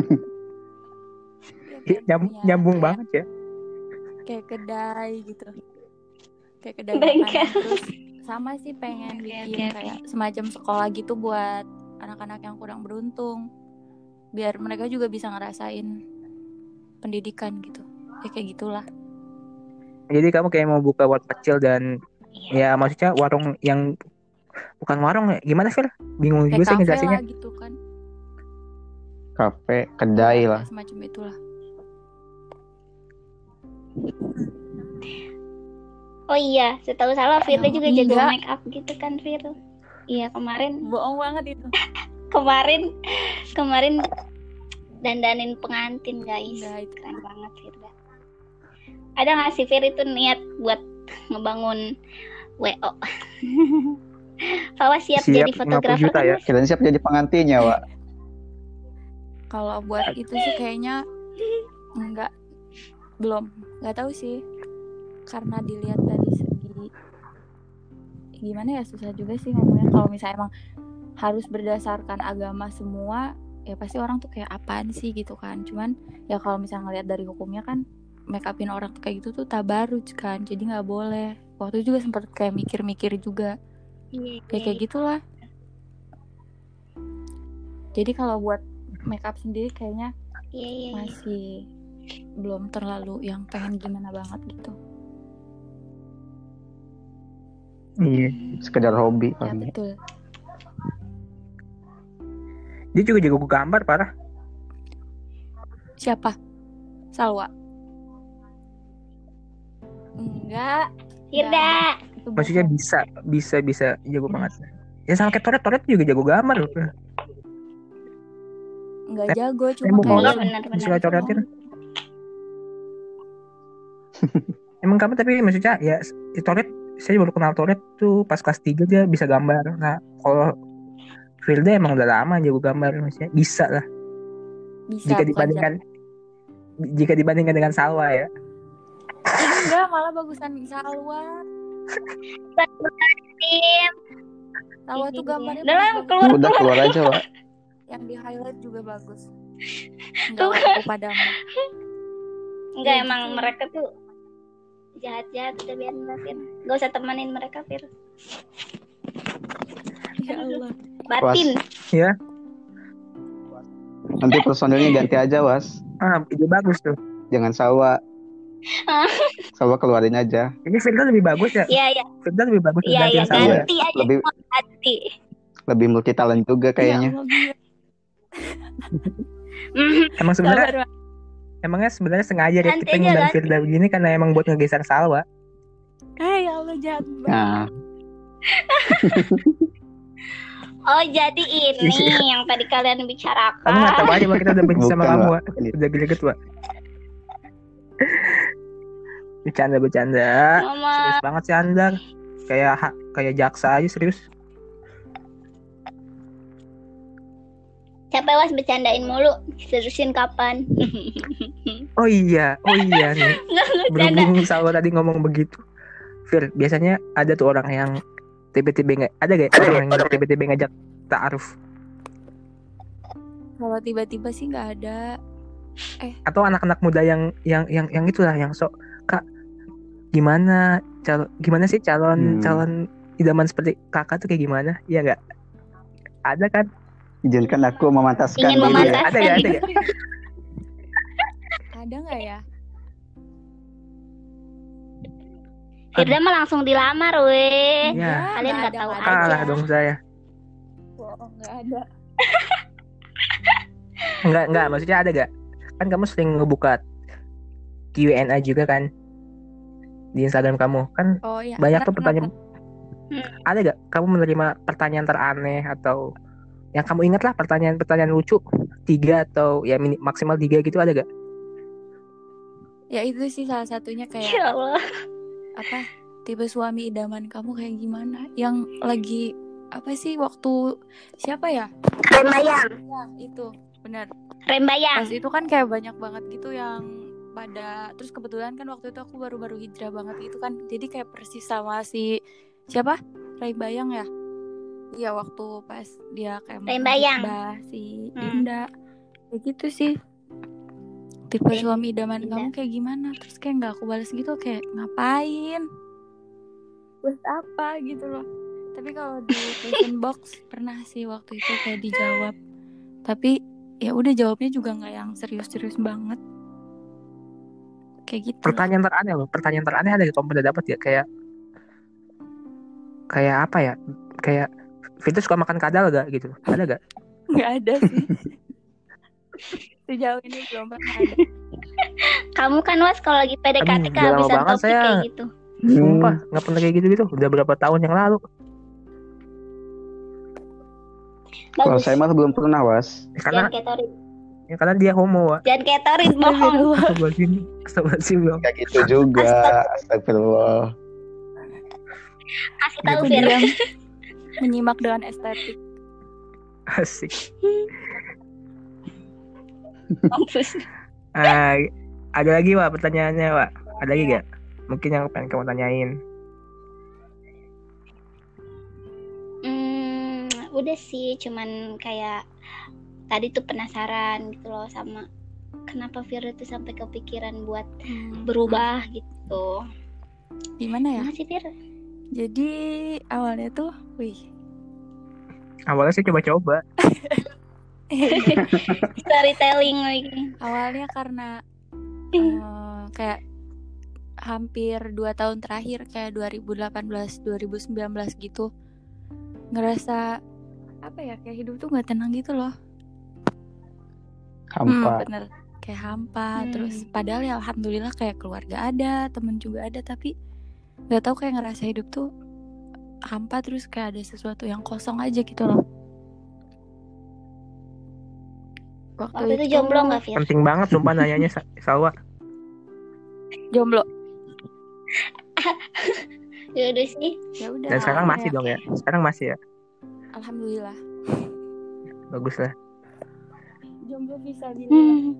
Ya, pengen Nyam, punya nyambung kayak- banget ya. kayak kedai gitu, kayak kedai Bengkel. makanan. Terus sama sih pengen bikin kayak semacam sekolah gitu buat anak-anak yang kurang beruntung, biar mereka juga bisa ngerasain pendidikan gitu ya, kayak gitulah. Jadi kamu kayak mau buka warung kecil dan ya maksudnya warung yang bukan warung ya. Gimana Fir? Bingung Kayak juga sih kafe ngejelasinnya. lah gitu kan. Kafe, kedai lah. Semacam itulah. Oh iya, setahu salah Firda Ya, juga jago enggak. make up gitu kan Fir. Iya kemarin Bohong banget itu. kemarin kemarin dandanin pengantin guys. Enggak, itu. Keren banget Firda. Ada nggak sih Fir itu niat buat ngebangun W O? Fawa siap, Siap jadi lima puluh fotografer juta kan? ya. Kirain siap jadi pengantinnya, Wak. Kalau buat itu sih kayaknya enggak, belum, nggak tahu sih, karena dilihat dari segi gimana ya, susah juga sih ngomongnya. Kalau misalnya emang harus berdasarkan agama semua, ya pasti orang tuh kayak apaan sih gitu kan. Cuman ya kalau misalnya ngelihat dari hukumnya kan, make upin orang tuh kayak gitu tuh tabaruj kan, jadi nggak boleh. Waktu itu juga sempet kayak mikir-mikir juga, Iya, kayak kayak gitulah. Jadi kalau buat make up sendiri kayaknya iya, iya, iya. masih belum terlalu yang pengen gimana banget gitu. Iya. Sekedar hobi Ya paling. betul. Dia juga jago gambar parah. Siapa? Salwa? Enggak. Firda. Itu Maksudnya bohong. bisa, bisa, bisa jago banget. Ya sama kayak Toret, Toret juga jago gambar loh. Enggak jago, cuma Tembok Iya, orang kayak benar-benar. suka coretin. Emang kamu tapi maksudnya ya Toret, saya baru kenal Toret tuh pas kelas tiga dia bisa gambar. Nah kalau Firda emang udah lama jago gambar, maksudnya bisa lah. bisa Jika bukan dibandingkan jika dibandingkan dengan Salwa ya. jago. Enggak, malah bagusan Salwa. Tim. Salwa tuh gambarnya Udah lah, bagus keluar. banget. Udah keluar aja, Wak. Yang di highlight juga bagus. Tuh Enggak kan. aku padamu. Enggak, Ya, emang gitu. mereka tuh jahat-jahat, udah biarin lah, Fir. Gak usah temenin mereka, Fir. Ya Allah. Batin. Ya, Nanti personilnya ganti aja, Was. ah ide bagus tuh. Jangan Salwa. Salwa keluarin aja. Ini Firda lebih bagus ya. Iya, iya. Firda lebih bagus Iya, iya, gantiin Salwa ya. ganti aja. Lebih semua ganti. lebih multi talent juga Ya kayaknya. Allah, gila. Mhm. Emang sebenarnya Sabar, Wak. emangnya sebenarnya sengaja deh Ganti kita aja, ngundang ganti. Firda begini karena emang buat ngegeser Salwa. Eh, ya Allah, jahat banget. Nah, Oh, jadi ini yang tadi kalian bicarakan. Kamu nggak tahu aja Wak, kita udah benci sama Bukan, kamu Wak. Wak. Udah greget Wak. Bercanda bercanda. Mama. Serius banget sih Anda. Kayak ha- kayak jaksa aja serius. Capek Was bercandain mulu. Terusin kapan? Oh iya, oh iya nih. Nggak bercanda. Berhubung Salwa tadi ngomong begitu. Fir, biasanya ada tuh orang yang tiba-tiba nggak ada gak orang yang tiba-tiba ngajak ta'aruf Kalau tiba-tiba sih nggak ada. atau anak-anak muda yang yang yang yang itulah yang sok kak gimana calon gimana sih calon Hmm. calon idaman seperti kakak tuh kayak gimana? Iya nggak? Ada kan? izinkan aku memantaskan Ingin diri ya. memantas. Ada nggak? Ada nggak? Ada nggak ya? Firda mah langsung dilamar, weh. Ya, Kalian nggak tahu nggak aja. kalah dong saya. Bohong, nggak ada. Enggak, enggak, maksudnya ada gak? Kan kamu sering ngebuka Q and A juga kan di Instagram kamu. Kan Oh iya. banyak pernah, tuh pertanyaan. Hmm. Ada gak kamu menerima pertanyaan teraneh atau yang kamu ingat lah pertanyaan-pertanyaan lucu tiga atau ya mini, maksimal tiga gitu ada gak? Ya itu sih salah satunya kayak Ya Allah. apa? Tipe suami idaman kamu kayak gimana? Yang lagi apa sih waktu siapa ya? Rembayang. Ya itu benar. Rembayang. Pas itu kan kayak banyak banget gitu yang pada terus kebetulan kan waktu itu aku baru-baru hijrah banget gitu kan. Jadi kayak persis sama si siapa? Ray Bayang ya? Iya waktu pas dia kayak mau Rembayang. khotbah si Hmm. Dinda. Kayak gitu sih. Tipe Din- suami idaman Dinda. kamu kayak gimana? Terus kayak nggak aku balas gitu kayak ngapain? Buat apa gitu loh. Tapi kalau di question box pernah sih waktu itu kayak dijawab. Tapi ya udah jawabnya juga nggak yang serius-serius banget. Kayak gitu. lah. Pertanyaan teraneh loh, pertanyaan teraneh ada gak kamu udah dapat ya kayak kayak apa ya? Kayak Vita suka makan kadal gak gitu? Ada gak? Nggak ada sih. Sejauh ini belum pernah ada. Kamu kan Was kalau lagi P D K T Aduh, udah lama kehabisan banget topik saya. kayak gitu. Sumpah, nggak pernah kayak gitu-gitu. Udah berapa tahun yang lalu. Kalau Bagus. saya malah belum pernah, Was. Ya, karena Jangan ketorin. ya, karena dia homo, Wak. Jangan ketorin, bohong. Astagfirullahaladzim. Astagfirullahaladzim, Bang. Kayak gitu juga. Astagfirullah. Kasih tahu Aku Fir. diam menyimak dengan estetik. Asik. Mampus. Ah, ada lagi, Wak, pertanyaannya, Wak. Ada lagi gak? Mungkin yang pengen kamu tanyain. Hmm, udah sih, cuman kayak tadi tuh penasaran gitu loh sama kenapa Fir tuh sampai kepikiran buat Hmm. berubah gitu. Gimana ya? Gimana sih Fir? Jadi awalnya tuh, wih, Awalnya sih coba-coba. Storytelling lagi. awalnya karena eh, kayak hampir dua tahun terakhir kayak dua ribu delapan belas dua ribu sembilan belas gitu ngerasa apa ya kayak hidup tuh nggak tenang gitu loh. Hampa. Hmm, bener kayak hampa. Hmm. Terus padahal ya alhamdulillah kayak keluarga ada, temen juga ada, tapi nggak tahu kayak ngerasa hidup tuh hampa, terus kayak ada sesuatu yang kosong aja gitu loh. Waktu, Waktu itu jomblo nggak, Fir? Penting banget sumpah nanyanya Sa- Salwa. jomblo. Ya udah sih. Ya udah. Dan sekarang masih kayak- dong ya. Sekarang masih ya. Alhamdulillah. Bagus lah. Jomblo bisa bilang. Hmm.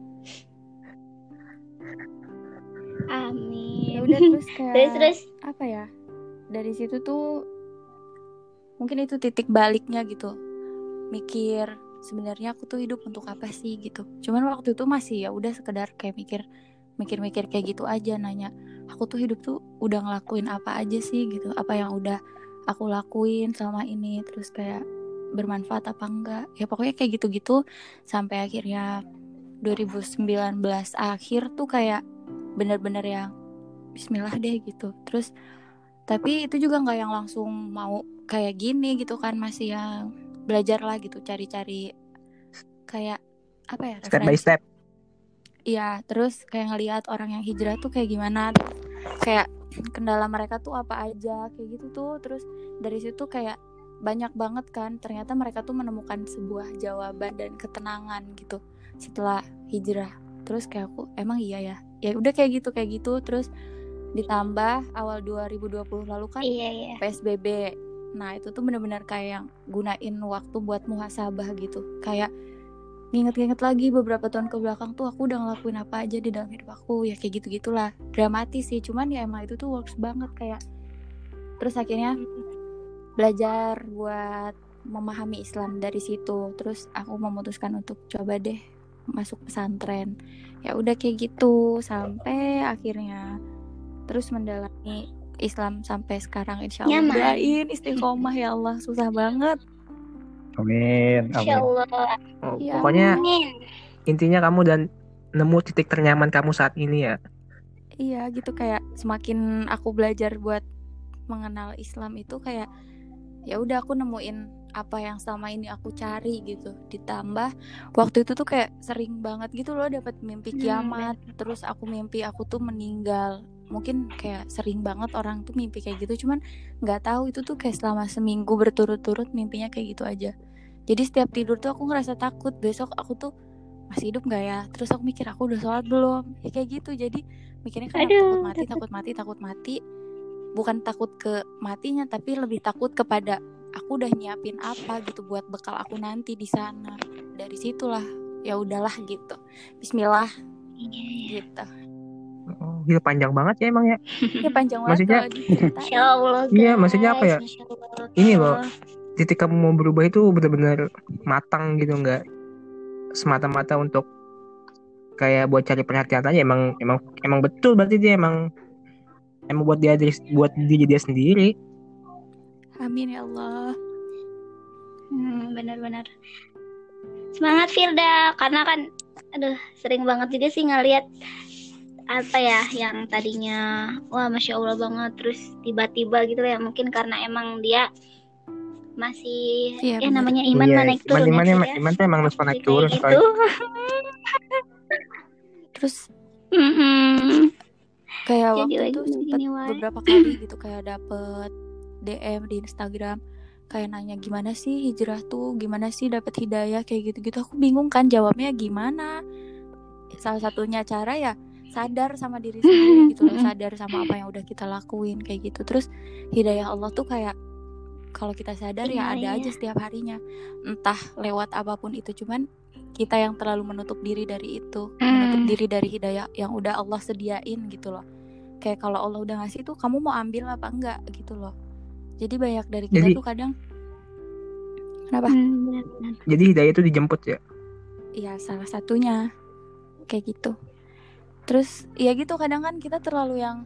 Amin. Ya udah terus kayak Terus terus. apa ya? Dari situ tuh mungkin itu titik baliknya gitu. Mikir sebenarnya aku tuh hidup untuk apa sih gitu. Cuman waktu itu masih ya udah sekedar kayak mikir mikir-mikir kayak gitu aja, nanya aku tuh hidup tuh udah ngelakuin apa aja sih gitu, apa yang udah aku lakuin selama ini, terus kayak bermanfaat apa enggak ya, pokoknya kayak gitu-gitu sampai akhirnya dua ribu sembilan belas akhir tuh kayak bener-bener yang bismillah deh gitu. Terus tapi itu juga nggak yang langsung mau kayak gini gitu kan, masih yang belajar lah gitu, cari-cari kayak apa ya, Step by referensi. step. Iya, terus kayak ngelihat orang yang hijrah tuh kayak gimana, terus kayak kendala mereka tuh apa aja kayak gitu tuh. Terus dari situ kayak banyak banget kan, ternyata mereka tuh menemukan sebuah jawaban dan ketenangan gitu setelah hijrah. Terus kayak aku emang iya ya, ya udah kayak gitu kayak gitu. Terus ditambah awal dua ribu dua puluh lalu kan Iya iya. P S B B. Nah itu tuh benar-benar kayak yang gunain waktu buat muhasabah gitu, kayak nginget-nginget lagi beberapa tahun ke belakang tuh aku udah ngelakuin apa aja di dalam hidup aku, ya kayak gitu-gitulah. Dramatis sih, cuman ya emang itu tuh works banget kayak. Terus akhirnya belajar buat memahami Islam dari situ. Terus aku memutuskan untuk coba deh masuk pesantren. Ya udah kayak gitu sampai akhirnya terus mendalami Islam sampai sekarang, insya Allah. Nyaman. Doain istiqomah ya Allah, susah banget. Amin. Insya Amin. Allah. Oh, Ya, pokoknya Amin. intinya kamu dan nemu titik ternyaman kamu saat ini ya. Iya gitu, kayak semakin aku belajar buat mengenal Islam itu kayak ya udah aku nemuin apa yang selama ini aku cari gitu. Ditambah waktu itu tuh kayak sering banget gitu loh dapat mimpi Hmm, kiamat. Terus aku mimpi aku tuh meninggal. Mungkin kayak sering banget orang tuh mimpi kayak gitu, cuman nggak tahu itu tuh kayak selama seminggu berturut-turut mimpinya kayak gitu aja. Jadi setiap tidur tuh aku ngerasa takut besok aku tuh masih hidup nggak ya. Terus aku mikir aku udah sholat belum, ya kayak gitu. Jadi mikirnya kan takut Aduh. mati, takut mati, takut mati. Bukan takut ke matinya, tapi lebih takut kepada aku udah nyiapin apa gitu buat bekal aku nanti di sana. Dari situlah ya udahlah gitu, Bismillah Iya, iya. gitu. Oh, gila panjang banget ya emang ya. Ya panjang banget Maksudnya- kalau diceritain. Masya Allah guys. Iya, maksudnya apa ya? Masya Allah. Ini loh, titik kamu mau berubah itu benar-benar matang gitu, nggak semata-mata untuk kayak buat cari perhatian aja. Emang emang emang betul berarti dia emang emang buat dia diri- buat diri dia sendiri. Amin ya Allah. Hmm, benar-benar. Semangat Firda, karena kan aduh sering banget juga sih ngelihat apa ya yang tadinya wah Masya Allah banget, terus tiba-tiba gitu ya, mungkin karena emang dia masih Iya, ya benar. namanya iman Iya, mah naik turun iman, iman, ya, iman, Fir, ya. iman tuh emang harus naik Jadi turun. kayak coy. gitu. Terus Mm-mm. kayak Jadi waktu lagi itu sempet begini, Wai. beberapa kali gitu kayak dapet D M di Instagram kayak nanya gimana sih hijrah tuh, gimana sih dapet hidayah kayak gitu-gitu. Aku bingung kan jawabnya gimana. Salah satunya cara ya sadar sama diri sendiri gitu loh, sadar sama apa yang udah kita lakuin kayak gitu. Terus hidayah Allah tuh kayak kalau kita sadar ya Iya, ada iya. aja setiap harinya, entah lewat apapun itu. Cuman kita yang terlalu menutup diri dari itu, menutup Hmm. diri dari hidayah yang udah Allah sediain gitu loh. Kayak kalau Allah udah ngasih tuh kamu mau ambil apa enggak gitu loh. Jadi banyak dari kita Jadi- tuh kadang kenapa? Hmm, benar-benar. Jadi hidayah itu dijemput ya. Iya salah satunya kayak gitu. Terus ya gitu kadang kan kita terlalu yang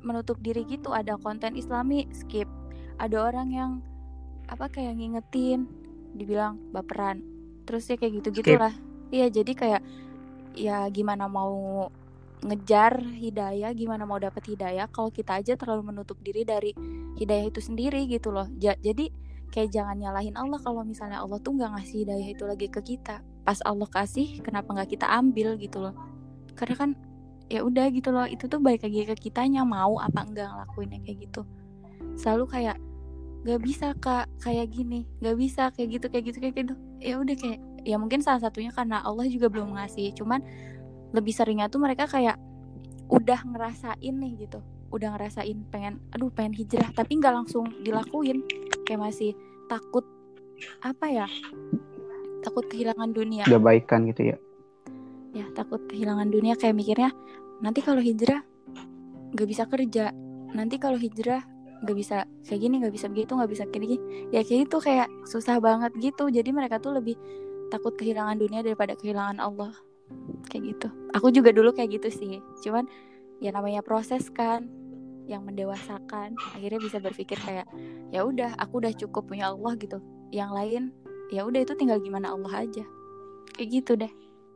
menutup diri gitu. Ada konten Islami skip, ada orang yang apa kayak ngingetin dibilang baperan, terus ya kayak gitu gitulah. Iya, jadi kayak ya gimana mau ngejar hidayah, gimana mau dapat hidayah kalau kita aja terlalu menutup diri dari hidayah itu sendiri gitu loh. Ja- jadi kayak jangan nyalahin Allah kalau misalnya Allah tuh nggak ngasih hidayah itu lagi ke kita. Pas Allah kasih, kenapa nggak kita ambil gitu loh? Karena kan ya udah gitu loh, itu tuh balik lagi ke kitanya mau apa enggak ngelakuinnya kayak gitu. Selalu kayak nggak bisa kak kayak gini, nggak bisa kayak gitu kayak gitu kayak gitu. Ya udah kayak ya mungkin salah satunya karena Allah juga belum ngasih, cuman lebih seringnya tuh mereka kayak udah ngerasain nih gitu, udah ngerasain pengen aduh pengen hijrah tapi nggak langsung dilakuin, kayak masih takut apa ya, takut kehilangan dunia, Kebaikan gitu ya. ya takut kehilangan dunia, kayak mikirnya nanti kalau hijrah nggak bisa kerja, nanti kalau hijrah nggak bisa kayak gini, nggak bisa begitu, nggak bisa kayak gini, ya kayak gitu, kayak susah banget gitu. Jadi mereka tuh lebih takut kehilangan dunia daripada kehilangan Allah kayak gitu. Aku juga dulu kayak gitu sih, cuman ya namanya proses kan yang mendewasakan, akhirnya bisa berpikir kayak ya udah aku udah cukup punya Allah gitu, yang lain ya udah itu tinggal gimana Allah aja, kayak gitu deh.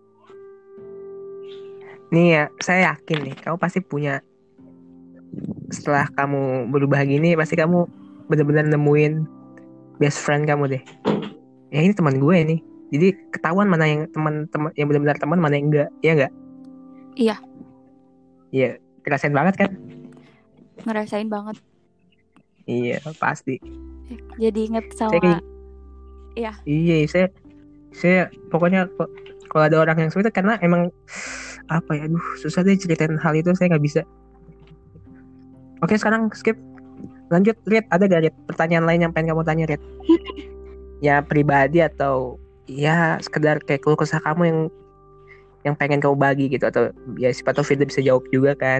Nih ya, saya yakin nih kamu pasti punya, setelah kamu berubah gini pasti kamu benar-benar nemuin best friend kamu deh. Ya ini teman gue nih, jadi ketahuan mana yang teman-teman yang benar-benar teman, mana yang enggak, ya enggak? Iya, Iya, ngerasain banget kan? ngerasain banget. Iya pasti. Jadi inget Saya sama kayak, ya iya saya saya pokoknya kok- kalau ada orang yang seperti itu, karena emang apa ya, aduh susah deh ceritain hal itu, saya nggak bisa. Oke sekarang skip, lanjut Rit, ada gak Rit pertanyaan lain yang pengen kamu tanya Rit? Ya pribadi atau ya sekedar kayak keluh kesah kamu yang yang pengen kamu bagi gitu, atau ya siapa tahu Firda bisa jawab juga kan?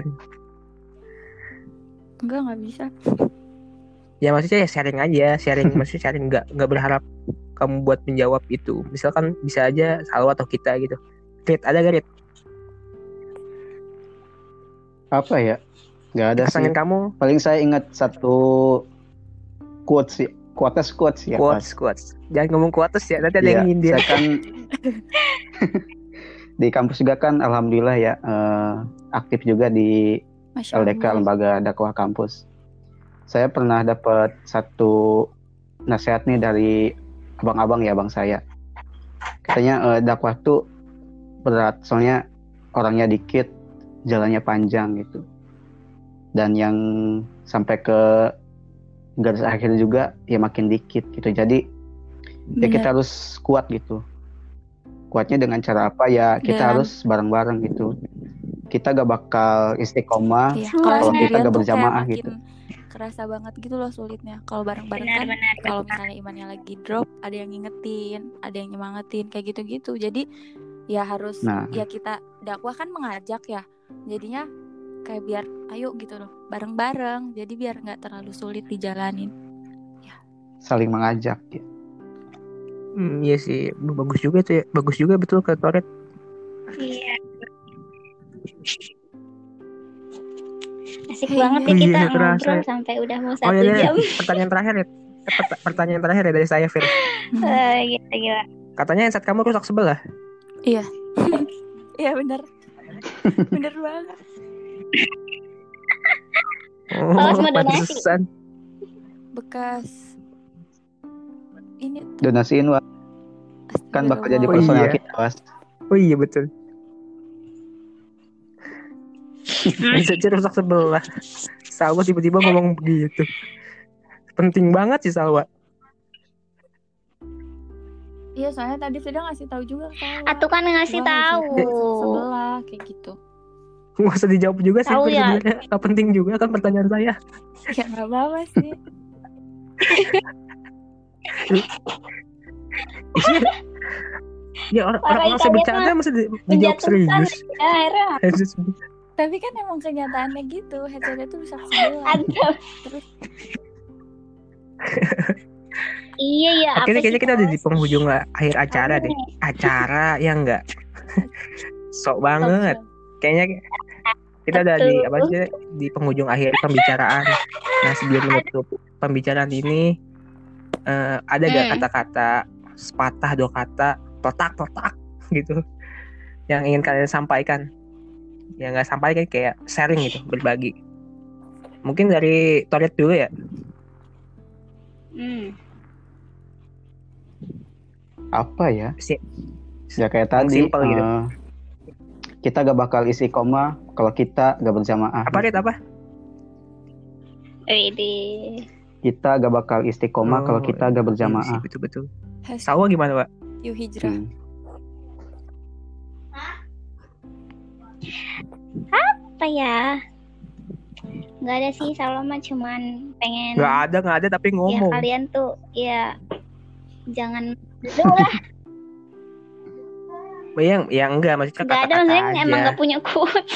enggak nggak bisa. Ya maksudnya ya sharing aja, sharing maksudnya sharing, nggak nggak berharap kamu buat menjawab itu. Misalkan bisa aja Salwa atau kita gitu. Rit, ada gak Rit Apa ya? Nggak ada sih. pertanyaan kamu? Paling saya ingat satu quotes sih, quotes quotes ya. Quotes, quotes. Jangan ngomong quotes ya, nanti ada Iya, yang nyindir. saya kan di kampus juga kan alhamdulillah ya eh, aktif juga di Masya L D K, Allah. Lembaga Dakwah Kampus. Saya pernah dapat satu nasihat nih dari abang-abang ya, abang saya. Katanya eh, dakwah tuh berat, soalnya orangnya dikit, jalannya panjang gitu. Dan yang sampai ke garis akhir juga ya makin dikit gitu. Jadi ya Bener. kita harus kuat gitu. Kuatnya dengan cara apa ya? Kita Dengan- harus bareng-bareng gitu. Kita gak bakal istiqomah Iya, Kalau kalau kita sendirian gak tuh berjamaah kayak makin gitu. kerasa banget gitu loh sulitnya. Kalau bareng-bareng Benar, kan, benar, kalau benar. misalnya imannya lagi drop, ada yang ngingetin, ada yang nyemangetin, kayak gitu-gitu. Jadi ya harus, Nah. ya kita dakwah kan mengajak ya. Jadinya kayak biar ayo gitu loh, bareng-bareng. Jadi biar nggak terlalu sulit dijalanin. Saling mengajak ya. Hmm, iya sih, bagus juga tuh ya. Bagus juga betul ke Toret. Iya. Asik Hey, banget iya. ya kita Iya, terasa. ngobrol sampai udah mau Oh satu iya, jam. pertanyaan terakhir ya. Eh, pert- pertanyaan terakhir ya dari saya, Fir. Hmm. Eh, gitu gila. Katanya headset kamu rusak sebelah. Iya. Iya bener. Bener banget. Oh, Awas mau donasi. pantesan. Bekas ini Donasiin Wak. Kan bakal jadi Oh, personal iya. kita, Was. Oh iya betul. Headsetnya rusak sebelah. Salwa tiba-tiba ngomong begitu. Penting banget sih Salwa. Iya, soalnya tadi Frida ngasih tahu juga ke saya. Atuh kan ngasih Gua tahu. headset rusak sebelah kayak gitu. Nggak usah dijawab juga sih. Tahu Fir, ya. sebenarnya. Nggak penting juga kan pertanyaan saya. Ya nggak apa-apa sih. Ya orang Makanya orang saya tadi bercanda mah mesti di- dijawab menjatuhkan. serius. Ya, akhirnya Tapi kan emang kenyataannya gitu, headsetnya tuh rusak sebelah. ada. Terus Iya ya. Akhirnya apa kayaknya sih, kita udah di Mas? penghujung lah, akhir acara Apa deh. nih? Acara ya enggak. Sok banget. Kayaknya kita ada di apa Betul. sih di penghujung akhir pembicaraan. Nah, sebelum menutup pembicaraan ini, eh, ada gak Hmm. kata-kata sepatah dua kata totak-totak gitu yang ingin kalian sampaikan? Yang nggak sampaikan kayak sharing gitu, berbagi. Mungkin dari Toret dulu ya. Hmm. Apa ya? Si- Ya kayak Yang tadi, simple gitu. eh, kita gak bakal isi koma kalau kita gak berjamaah. Apa Rit, apa? Widi. Kita gak bakal istiqomah kalau kita gak Iya sih, berjamaah. betul-betul. Hashtag Sawa gimana, Pak? yuk hijrah. Hmm. Apa ya? Nggak ada sih, Saloma cuman pengen Nggak ada, nggak ada tapi ya ngomong. kalian tuh ya jangan dulu lah. Yang, yang enggak, maksudnya Nggak ada, kata-kata maksudnya aja. emang nggak punya quotes.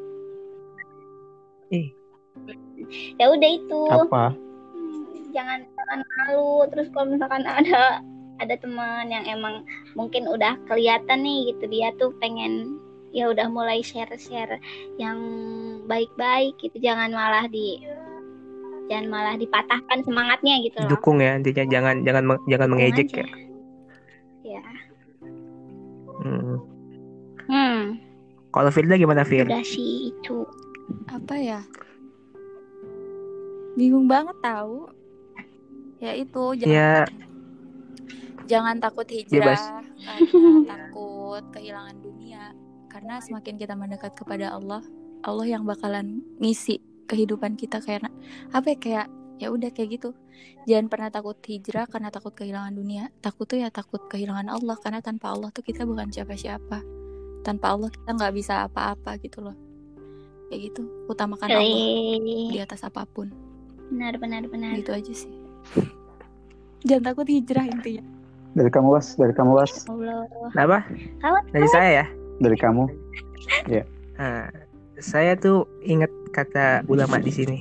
Ih, Ya udah itu. Apa? Hmm, Jangan jangan malu. Terus kalau misalkan ada ada teman yang emang mungkin udah kelihatan nih gitu, dia tuh pengen ya udah mulai share-share yang baik-baik gitu, jangan malah di jangan malah dipatahkan semangatnya gitu loh. dukung ya intinya, jangan jangan meng- jangan Dukung mengejek aja. ya. Ya. Hmm. Hmm, Kalau Firda gimana, Fir? udah sih itu. Apa ya? Bingung banget tahu. Ya itu jangan Ya, jangan takut Bebas. hijrah karena takut kehilangan dunia. Karena semakin kita mendekat kepada Allah, Allah yang bakalan ngisi kehidupan kita kayak apa ya, kayak ya udah kayak gitu. Jangan pernah takut hijrah karena takut kehilangan dunia. Takut tuh ya takut kehilangan Allah, karena tanpa Allah tuh kita bukan siapa-siapa. Tanpa Allah kita nggak bisa apa-apa gitu loh. Kayak gitu. Utamakan Allah di Eh, atas apapun. benar benar benar. Gitu aja sih. Jangan takut hijrah intinya. Dari kamu, Was. Dari kamu, Was. Allah. apa? Kamu Dari saya ya. Dari kamu. Nah, saya tuh ingat kata ulama di sini.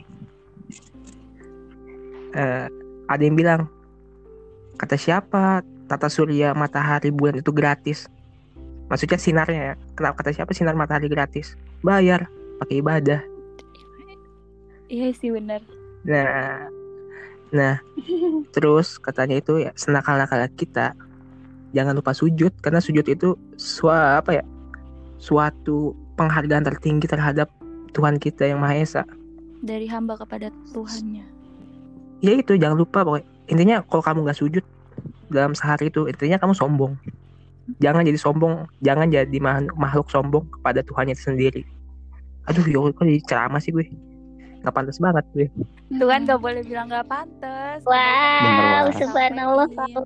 Eh, ada yang bilang, kata siapa tata surya, matahari, bulan itu gratis? Maksudnya sinarnya ya. Kenapa kata siapa sinar matahari gratis? Bayar, pakai ibadah. Iya sih benar. Nah, nah terus katanya itu ya senakal-nakal kita jangan lupa sujud, karena sujud itu sua apa ya suatu penghargaan tertinggi terhadap Tuhan kita yang Maha Esa. Dari hamba kepada Tuhannya. Ya itu jangan lupa pokoknya. Intinya kalau kamu nggak sujud dalam sehari itu, intinya kamu sombong. Jangan jadi sombong, jangan jadi mah- makhluk sombong kepada Tuhannya itu sendiri. Aduh, ya Allah, kok jadi ceramah sih gue. Nggak pantas banget gue. Tuhan gak boleh bilang gak pantas. Wow, Bener, Wak. subhanallah.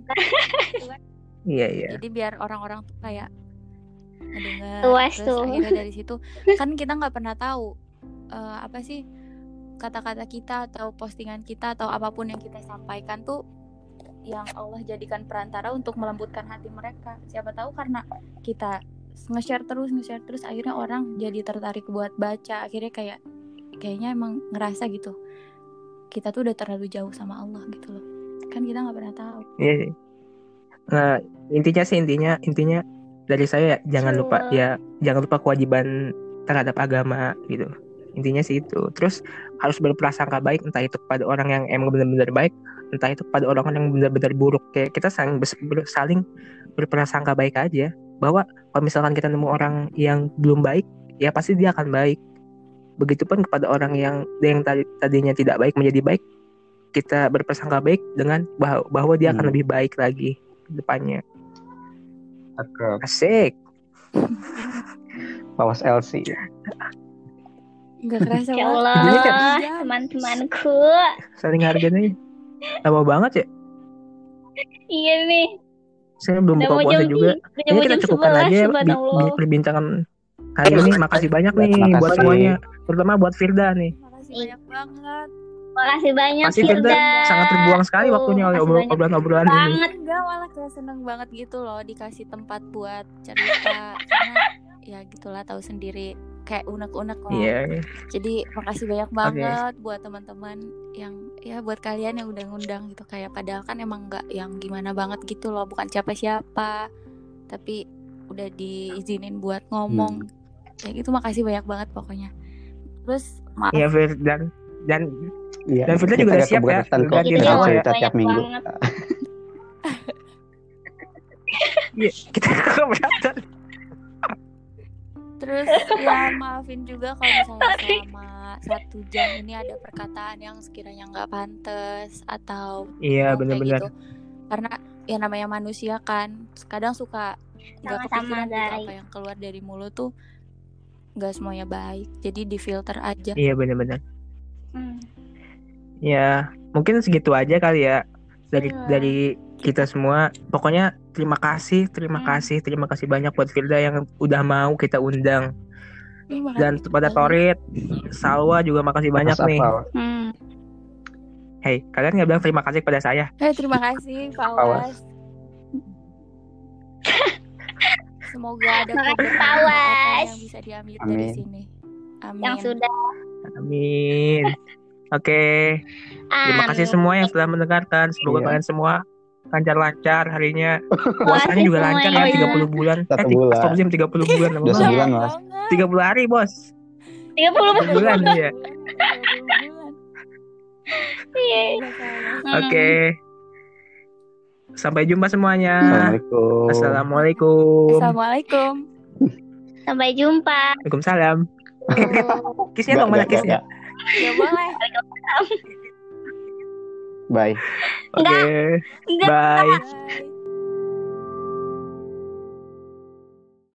Iya iya. Jadi biar orang-orang tuh kayak ngedengar, Luas terus tuh. akhirnya dari situ kan kita nggak pernah tahu eh, apa sih kata-kata kita atau postingan kita atau apapun yang kita sampaikan tuh yang Allah jadikan perantara untuk melembutkan hati mereka. Siapa tahu karena kita nge-share terus nge-share terus akhirnya orang jadi tertarik buat baca, akhirnya kayak kayaknya emang ngerasa gitu kita tuh udah terlalu jauh sama Allah gitu loh. Kan kita nggak pernah tahu. Iya sih. Nah, intinya sih intinya intinya dari saya jangan lupa ya, jangan lupa kewajiban terhadap agama gitu. Intinya sih itu. Terus harus berprasangka baik, entah itu kepada orang yang emang benar-benar baik, entah itu kepada orang yang benar-benar buruk. Kayak kita saling ber- saling berprasangka baik aja, bahwa kalau misalkan kita nemu orang yang belum baik, ya pasti dia akan baik. Begitupun kepada orang yang yang tadi tadinya tidak baik menjadi baik, kita berprasangka baik dengan bahwa, bahwa dia akan Hmm. lebih baik lagi ke depannya. Cakep. Asik. Lawas L C. Nggak kerasa Ya banget. Allah, Ini kan teman-temanku. saling harganya lama banget ya. Iya nih. Saya belum Udah buka mau puasa jam juga. ti- udah Ini mau kita jam cukupkan sebelas, aja bi- subhanallah. bi- perbincangan hari ini. Makasih banyak nih Makasih. buat semuanya, terutama buat Firda nih. Makasih banyak banget. Makasih banyak Pasti Firda Firda. sangat terbuang sekali Tuh, waktunya oleh makasih obrol- banyak obrolan-obrolan ini. banget. Enggak, malah kayak seneng banget gitu loh dikasih tempat buat cerita. Karena ya gitulah tahu sendiri kayak unek-unek lah. Iya. Jadi makasih banyak banget buat teman-teman yang ya buat kalian yang udah ngundang gitu, kayak padahal kan emang nggak yang gimana banget gitu loh, bukan siapa-siapa, tapi udah diizinin buat ngomong. Ya gitu, makasih banyak banget pokoknya. Terus maaf. Iya Fir, dan dan Iya. dan Firda Kita juga udah gak siap ya keberatan kok gantiin Iya, Hawa ya. cerita tiap banyak minggu. banget. Iya, kita keberatan. Terus ya maafin juga kalau misalnya selama satu jam ini ada perkataan yang sekiranya nggak pantas atau Iya mau kayak benar-benar. gitu. Karena ya namanya manusia kan, kadang suka nggak Sama-sama, kepikiran gitu guys. apa yang keluar dari mulut tuh nggak semuanya baik. Jadi difilter aja. Iya benar-benar. Hmm. Ya, mungkin segitu aja kali ya dari Iya. dari kita semua. Pokoknya terima kasih, terima Hmm. kasih, terima kasih banyak buat Firda yang udah mau kita undang. Ih, Dan makasih kepada sekali. Torit, Salwa juga makasih banyak Atas nih. apa? Hmm. Hey, kalian nggak bilang terima kasih kepada saya? Eh terima kasih Pak Awas. Was. Semoga ada Makasih, Pak kebermanfaatan Was. yang bisa diambil dari Amin. sini. Amin. Yang sudah. Amin. Oke, terima kasih Amin. semua yang sudah mendengarkan. Semoga Iya. kalian semua lancar-lancar harinya. Makasih Puasanya juga semua lancar yang ya, udah. tiga puluh bulan. Satu Eh, tiga- bulan. Astagfirullahaladzim, tiga puluh bulan. lama Udah banget. sebulan, Mas. banget. tiga puluh hari, Bos. tiga puluh tiga bulan ya. tiga puluh bulan. Iya. Udah salah. Hmm. Oke. Sampai jumpa semuanya. Assalamualaikum. Assalamualaikum. Assalamualaikum. Sampai jumpa. Waalaikumsalam. Oh, Kisnya Nggak, dong, mana nggak, kisnya? nggak. ya boleh. Bye. Oke. Enggak. Bye. Bye.